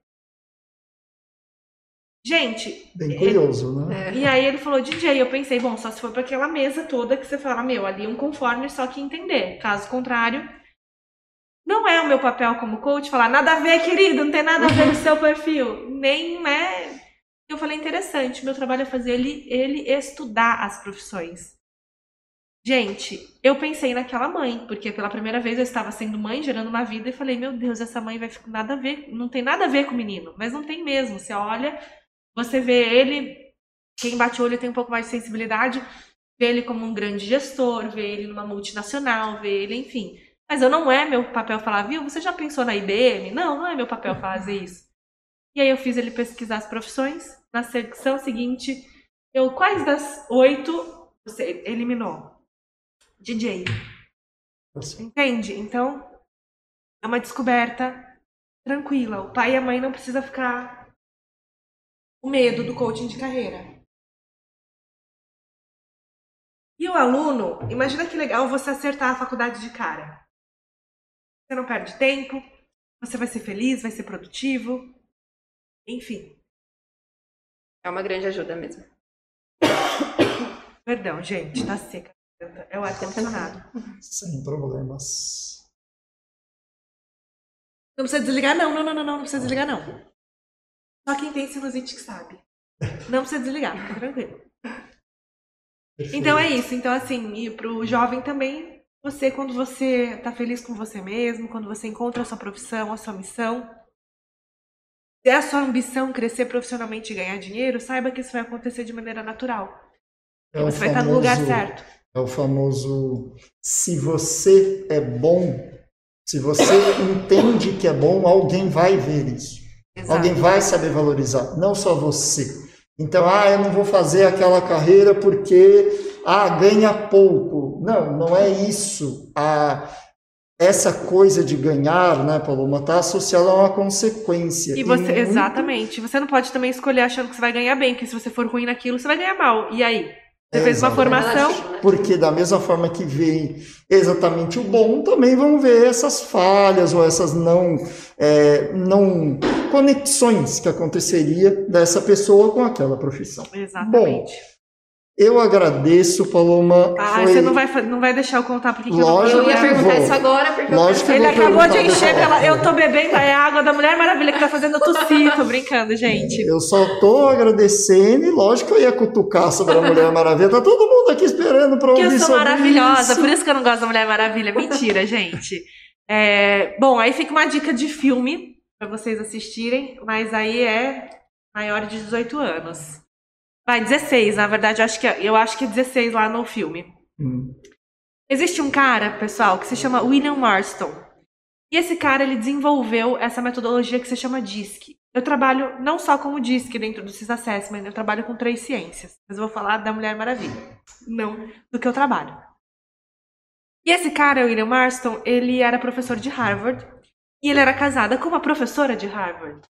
S2: Gente...
S1: Bem curioso,
S2: ele,
S1: né?
S2: E aí ele falou D J. Eu pensei, bom, só se for para aquela mesa toda que você fala, meu, ali um conforme, só que entender. Caso contrário... Não é o meu papel como coach falar, nada a ver, querido, não tem nada a ver com o seu perfil. Nem, né? Eu falei, interessante, meu trabalho é fazer ele, ele estudar as profissões. Gente, eu pensei naquela mãe, porque pela primeira vez eu estava sendo mãe, gerando uma vida, e falei, meu Deus, essa mãe vai ficar nada a ver, não tem nada a ver com o menino, mas não tem mesmo. Você olha, você vê ele, quem bate o olho tem um pouco mais de sensibilidade, vê ele como um grande gestor, vê ele numa multinacional, vê ele, enfim. Mas eu não é meu papel falar, viu, você já pensou na I B M? Não, não é meu papel fazer isso. E aí eu fiz ele pesquisar as profissões. Na secção seguinte, eu, quais das oito você eliminou? D J. Entende? Então, é uma descoberta tranquila. O pai e a mãe não precisam ficar com medo do coaching de carreira. E o aluno, imagina que legal você acertar a faculdade de cara. Você não perde tempo, você vai ser feliz, vai ser produtivo, enfim.
S3: É uma grande ajuda mesmo.
S2: Perdão, gente, tá seca. É o ar-condicionado.
S1: Sem problemas.
S2: Não precisa desligar, não, não, não, não, não precisa desligar, não. Só quem tem sinusite que sabe. Não precisa desligar, fica tranquilo.
S1: Perfeito.
S2: Então é isso. Então, assim, e pro jovem também, você, quando você tá feliz com você mesmo, quando você encontra a sua profissão, a sua missão, se é a sua ambição crescer profissionalmente e ganhar dinheiro, saiba que isso vai acontecer de maneira natural.
S1: É
S2: você
S1: o
S2: vai estar no lugar
S1: famoso-
S2: certo.
S1: É o famoso, se você é bom, se você entende que é bom, alguém vai ver isso.
S2: Exato.
S1: Alguém vai saber valorizar, não só você. Então, ah, eu não vou fazer aquela carreira porque, ah, ganha pouco. Não, não é isso. Ah, essa coisa de ganhar, né, Paloma, está associada a uma consequência.
S2: E você,
S1: muito-
S2: exatamente. Você não pode também escolher achando que você vai ganhar bem, porque se você for ruim naquilo, você vai ganhar mal. E aí? Você fez uma
S1: Exato.
S2: formação.
S3: Relativo, né?
S1: Porque da mesma forma que vê exatamente o bom, também vão ver essas falhas ou essas não, é, não conexões que aconteceria dessa pessoa com aquela profissão.
S2: Exatamente.
S1: Eu agradeço, Paloma.
S2: Ah,
S1: Foi-
S2: você não vai, fa- não vai deixar eu contar porque que eu não
S1: Lógico
S3: Eu ia
S1: que
S3: perguntar
S1: vou.
S3: isso agora, porque
S1: Lógico
S3: eu
S1: que
S2: Ele
S1: eu vou
S2: acabou de
S1: perguntar
S2: encher
S1: dessa
S2: pela.
S1: forma.
S2: Eu tô bebendo, é a água da Mulher Maravilha que tá fazendo eu tossir. Tô brincando, gente.
S1: Eu só tô agradecendo e lógico que eu ia cutucar sobre a Mulher Maravilha. Tá todo mundo aqui esperando para
S2: Porque
S1: ouvir
S2: eu sou
S1: sobre
S2: maravilhosa,
S1: isso.
S2: por isso que eu não gosto da Mulher Maravilha. Mentira, gente. É, bom, aí fica uma dica de filme pra vocês assistirem, mas aí é maior de dezoito anos. Vai, dezesseis, na verdade, eu acho que é, eu acho que é dezesseis lá no filme.
S1: Hum.
S2: Existe um cara, pessoal, que se chama William Marston. E esse cara, ele desenvolveu essa metodologia que se chama D I S C. Eu trabalho não só com o D I S C dentro do Cis Assessment, eu trabalho com três ciências. Mas eu vou falar da Mulher Maravilha, não do que eu trabalho. E esse cara, William Marston, ele era professor de Harvard e ele era casado com uma professora de Harvard.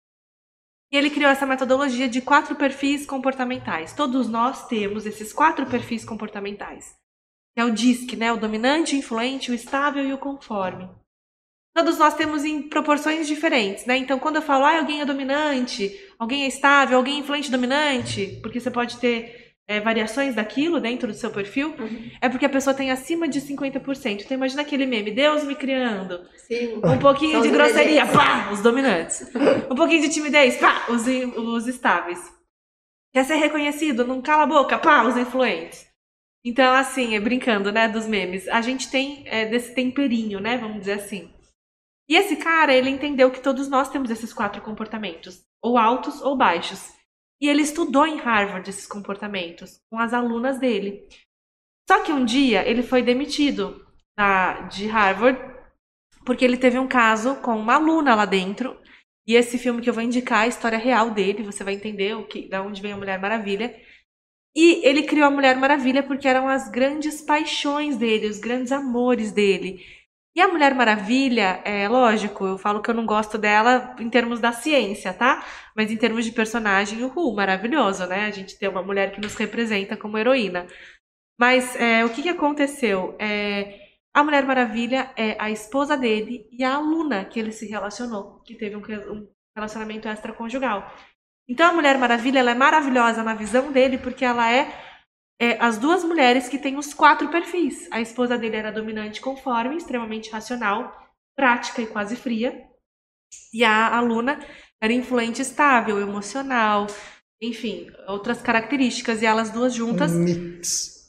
S2: E ele criou essa metodologia de quatro perfis comportamentais. Todos nós temos esses quatro perfis comportamentais. Que é o D I S C, né? O dominante, o influente, o estável e o conforme. Todos nós temos em proporções diferentes, né? Então, quando eu falo, ah, alguém é dominante, alguém é estável, alguém é influente dominante, porque você pode ter é, variações daquilo dentro do seu perfil,
S3: Uhum.
S2: é porque a pessoa tem acima de cinquenta por cento. Então, imagina aquele meme, Deus me criando.
S3: Sim.
S2: Um pouquinho
S3: São
S2: de
S3: os
S2: grosseria,
S3: obedientes.
S2: pá, os dominantes. Um pouquinho de timidez, pá, os, in- os estáveis. Quer ser reconhecido? Não cala a boca, pá, os influentes. Então, assim, é brincando, né, dos memes. A gente tem é, desse temperinho, né, vamos dizer assim. E esse cara, ele entendeu que todos nós temos esses quatro comportamentos, ou altos ou baixos. E ele estudou em Harvard esses comportamentos, com as alunas dele. Só que um dia, ele foi demitido da, de Harvard, porque ele teve um caso com uma aluna lá dentro. E esse filme que eu vou indicar, a história real dele, você vai entender o que, da onde vem a Mulher Maravilha. E ele criou a Mulher Maravilha porque eram as grandes paixões dele, os grandes amores dele. E a Mulher Maravilha, é lógico, eu falo que eu não gosto dela em termos da ciência, tá? Mas em termos de personagem, uhul, maravilhoso, né? A gente tem uma mulher que nos representa como heroína. Mas é, o que, que aconteceu? É, a Mulher Maravilha é a esposa dele e a aluna que ele se relacionou, que teve um, re- um relacionamento extraconjugal. Então a Mulher Maravilha, ela é maravilhosa na visão dele porque ela é É, as duas mulheres que têm os quatro perfis. A esposa dele era dominante conforme, extremamente racional, prática e quase fria. E a aluna era influente estável, emocional, enfim, outras características. E elas duas juntas
S1: Um mix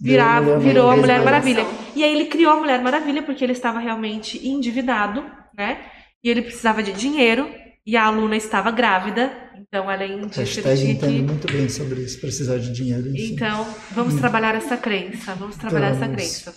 S2: virar,
S1: Mulher
S2: virou a Mulher
S3: Maravilha.
S2: Maravilha. E aí ele criou a Mulher Maravilha porque ele estava realmente endividado, né? E ele precisava de dinheiro e a aluna estava grávida. Então, além disso,
S1: Hashtag
S2: ele tinha
S1: entendo
S2: que...
S1: muito bem sobre isso, precisar de dinheiro. Enfim.
S2: Então, vamos trabalhar essa crença, vamos trabalhar essa
S1: Vamos.
S2: crença.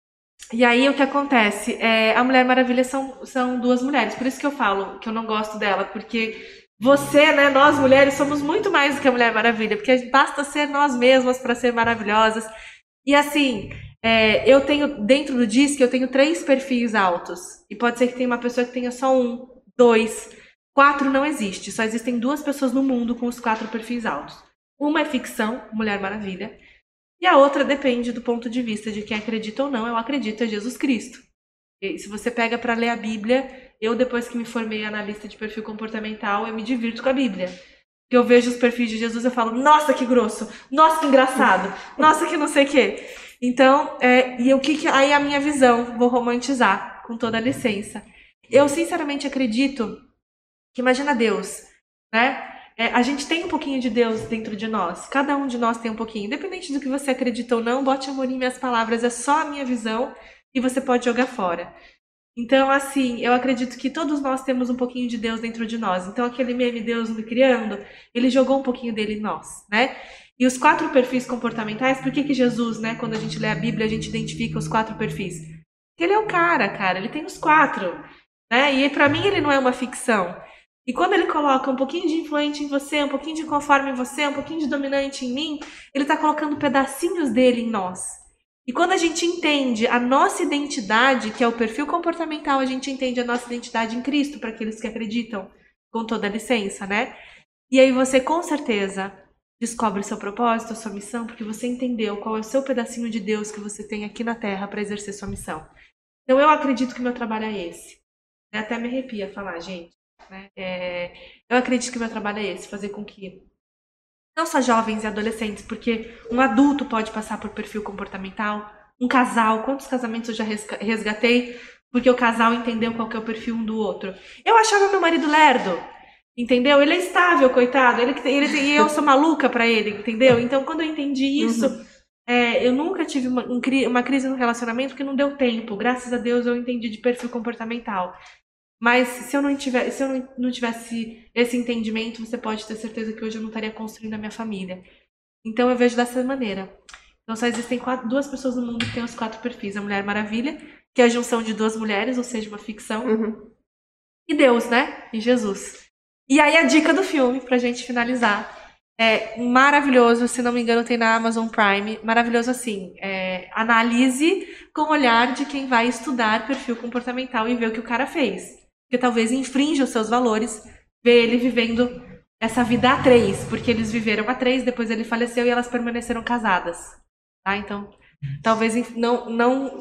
S2: E aí, o que acontece? É, a Mulher Maravilha são, são duas mulheres, por isso que eu falo que eu não gosto dela, porque você, né, nós mulheres, somos muito mais do que a Mulher Maravilha, porque basta ser nós mesmas para ser maravilhosas. E assim, é, eu tenho, dentro do Disque, eu tenho três perfis altos, e pode ser que tenha uma pessoa que tenha só um, dois... Quatro não existe, só existem duas pessoas no mundo com os quatro perfis altos. Uma é ficção, Mulher Maravilha, e a outra depende do ponto de vista de quem acredita ou não. Eu acredito em Jesus Cristo. E se você pega para ler a Bíblia, eu depois que me formei analista de perfil comportamental, eu me divirto com a Bíblia. Eu vejo os perfis de Jesus e falo, nossa, que grosso, nossa, que engraçado, nossa, que não sei o quê. Então, é, e o que, que aí a minha visão, vou romantizar, com toda a licença. Eu sinceramente acredito que imagina Deus, né? É, a gente tem um pouquinho de Deus dentro de nós. Cada um de nós tem um pouquinho. Independente do que você acredita ou não, bote amor em minhas palavras. É só a minha visão e você pode jogar fora. Então, assim, eu acredito que todos nós temos um pouquinho de Deus dentro de nós. Então, aquele meme Deus me criando, ele jogou um pouquinho dele em nós, né? E os quatro perfis comportamentais, por que que Jesus, né, quando a gente lê a Bíblia, a gente identifica os quatro perfis? Porque ele é o cara, cara. Ele tem os quatro, né? E pra mim ele não é uma ficção. E quando ele coloca um pouquinho de influente em você, um pouquinho de conforme em você, um pouquinho de dominante em mim, ele está colocando pedacinhos dele em nós. E quando a gente entende a nossa identidade, que é o perfil comportamental, a gente entende a nossa identidade em Cristo, para aqueles que acreditam, com toda a licença, né? E aí você, com certeza, descobre o seu propósito, a sua missão, porque você entendeu qual é o seu pedacinho de Deus que você tem aqui na Terra para exercer sua missão. Então eu acredito que meu trabalho é esse. Até me arrepia falar, gente. Né? É, eu acredito que meu trabalho é esse, fazer com que não só jovens e adolescentes, porque um adulto pode passar por perfil comportamental, um casal, quantos casamentos eu já resgatei porque o casal entendeu qual que é o perfil um do outro. Eu achava meu marido lerdo, entendeu? Ele é estável, coitado, ele, ele, e eu sou maluca pra ele, entendeu? Então quando eu entendi isso, uhum. é, eu nunca tive uma, um, uma crise no relacionamento porque não deu tempo, graças a Deus eu entendi de perfil comportamental. Mas se eu não tivesse, se eu não, não tivesse esse entendimento, você pode ter certeza que hoje eu não estaria construindo a minha família. Então eu vejo dessa maneira. Então só existem quatro, duas pessoas no mundo que têm os quatro perfis. A Mulher Maravilha, que é a junção de duas mulheres, ou seja, uma ficção.
S3: Uhum.
S2: E Deus, né? E Jesus. E aí a dica do filme, pra gente finalizar. É maravilhoso, se não me engano tem na Amazon Prime. Maravilhoso assim. É, analise com o olhar de quem vai estudar perfil comportamental e ver o que o cara fez. Porque talvez infrinja os seus valores, ver ele vivendo essa vida a três, porque eles viveram a três, depois ele faleceu e elas permaneceram casadas, tá? Então, talvez não, não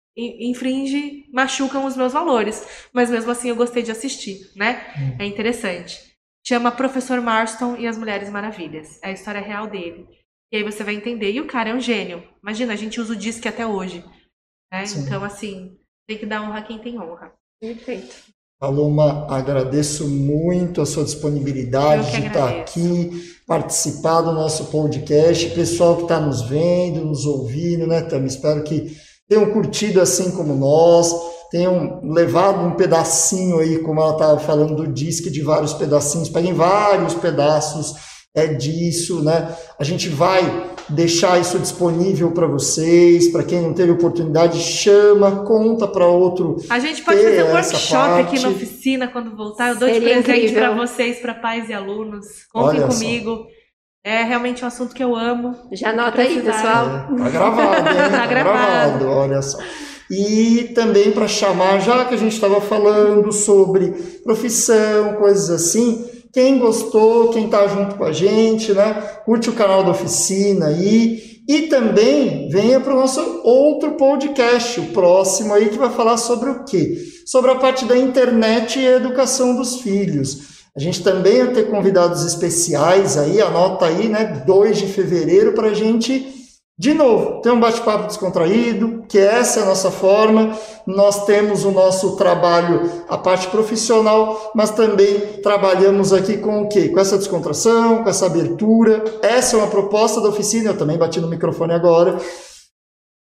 S2: infringe, machucam os meus valores, mas mesmo assim eu gostei de assistir, né? É interessante. Chama Professor Marston e as Mulheres Maravilhas, é a história real dele. E aí você vai entender, e o cara é um gênio. Imagina, a gente usa o Disque até hoje, né? Então, assim, tem que dar honra a quem tem honra.
S3: Perfeito.
S1: Paloma, agradeço muito a sua disponibilidade de estar aqui, participar do nosso podcast. Pessoal que está nos vendo, nos ouvindo, né, Tami? Espero que tenham curtido assim como nós, tenham levado um pedacinho aí, como ela estava falando, do Disque, de vários pedacinhos. Peguem vários pedaços é, disso, né? A gente vai deixar isso disponível para vocês, para quem não teve oportunidade, chama, conta para outro.
S2: A gente pode fazer um workshop aqui na oficina quando voltar, eu dou de presente para vocês, para pais e alunos. Contem Olha comigo. Só. É realmente um assunto que eu amo.
S3: Já anota aí, pessoal.
S1: É, tá gravado, hein? Tá, tá gravado. gravado, olha só. E também para chamar, já que a gente estava falando sobre profissão, coisas assim, quem gostou, quem está junto com a gente, né? Curte o canal da oficina aí. E também venha para o nosso outro podcast, o próximo aí, que vai falar sobre o quê? Sobre a parte da internet e a educação dos filhos. A gente também vai ter convidados especiais aí, anota aí, né? dois de fevereiro, para a gente, de novo, ter um bate-papo descontraído, que essa é a nossa forma. Nós temos o nosso trabalho, a parte profissional, mas também trabalhamos aqui com o quê? Com essa descontração, com essa abertura. Essa é uma proposta da oficina, eu também bati no microfone agora.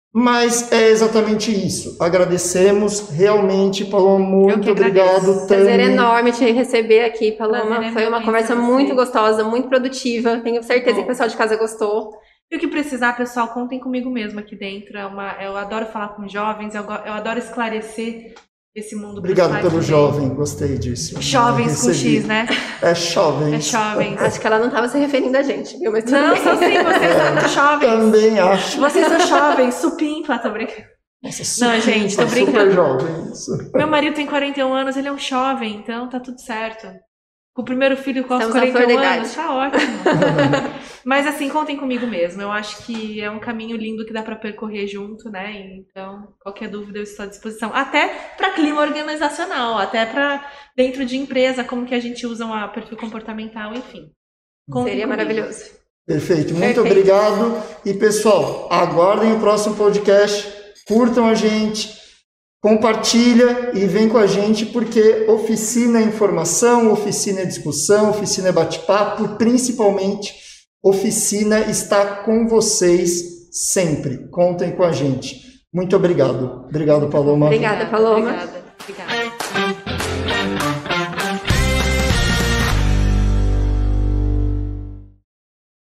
S1: Mas é exatamente isso. Agradecemos realmente, Paloma, muito obrigado.
S3: Prazer enorme te receber aqui, Paloma.
S2: É
S3: Foi uma conversa muito gostosa, muito produtiva. Tenho certeza que o pessoal de casa gostou.
S2: E o que precisar, pessoal, contem comigo mesmo aqui dentro. É uma, eu adoro falar com jovens, eu, eu adoro esclarecer esse mundo.
S1: Obrigado pelo jovem, gostei disso.
S2: Jovens com X, né?
S1: É jovens.
S2: É jovens.
S3: Acho que ela não estava se referindo a gente, viu? Mas tudo
S2: não,
S3: bem.
S2: são sim, vocês são muito jovens.
S1: Também acho.
S2: Vocês são jovens, supimpa, tô brincando.
S1: Nossa, super,
S2: não, gente, tô brincando.
S1: Super jovem. Isso.
S2: Meu marido tem quarenta e um anos, ele é um jovem, então tá tudo certo. Com o primeiro filho com os
S3: Estamos
S2: quarenta e um anos, tá ótimo. Mas assim, contem comigo mesmo. Eu acho que é um caminho lindo que dá para percorrer junto, né? Então, qualquer dúvida eu estou à disposição. Até para clima organizacional, até para dentro de empresa, como que a gente usa um perfil comportamental, enfim.
S3: Contem Seria comigo. Maravilhoso.
S1: Perfeito, muito Perfeito. obrigado. E pessoal, aguardem o próximo podcast, curtam a gente, compartilha e vem com a gente, porque oficina é informação, oficina é discussão, oficina é bate-papo, principalmente oficina está com vocês sempre. Contem com a gente. Muito obrigado. Obrigado, Paloma.
S3: Obrigada, Paloma.
S2: Obrigada. Obrigada.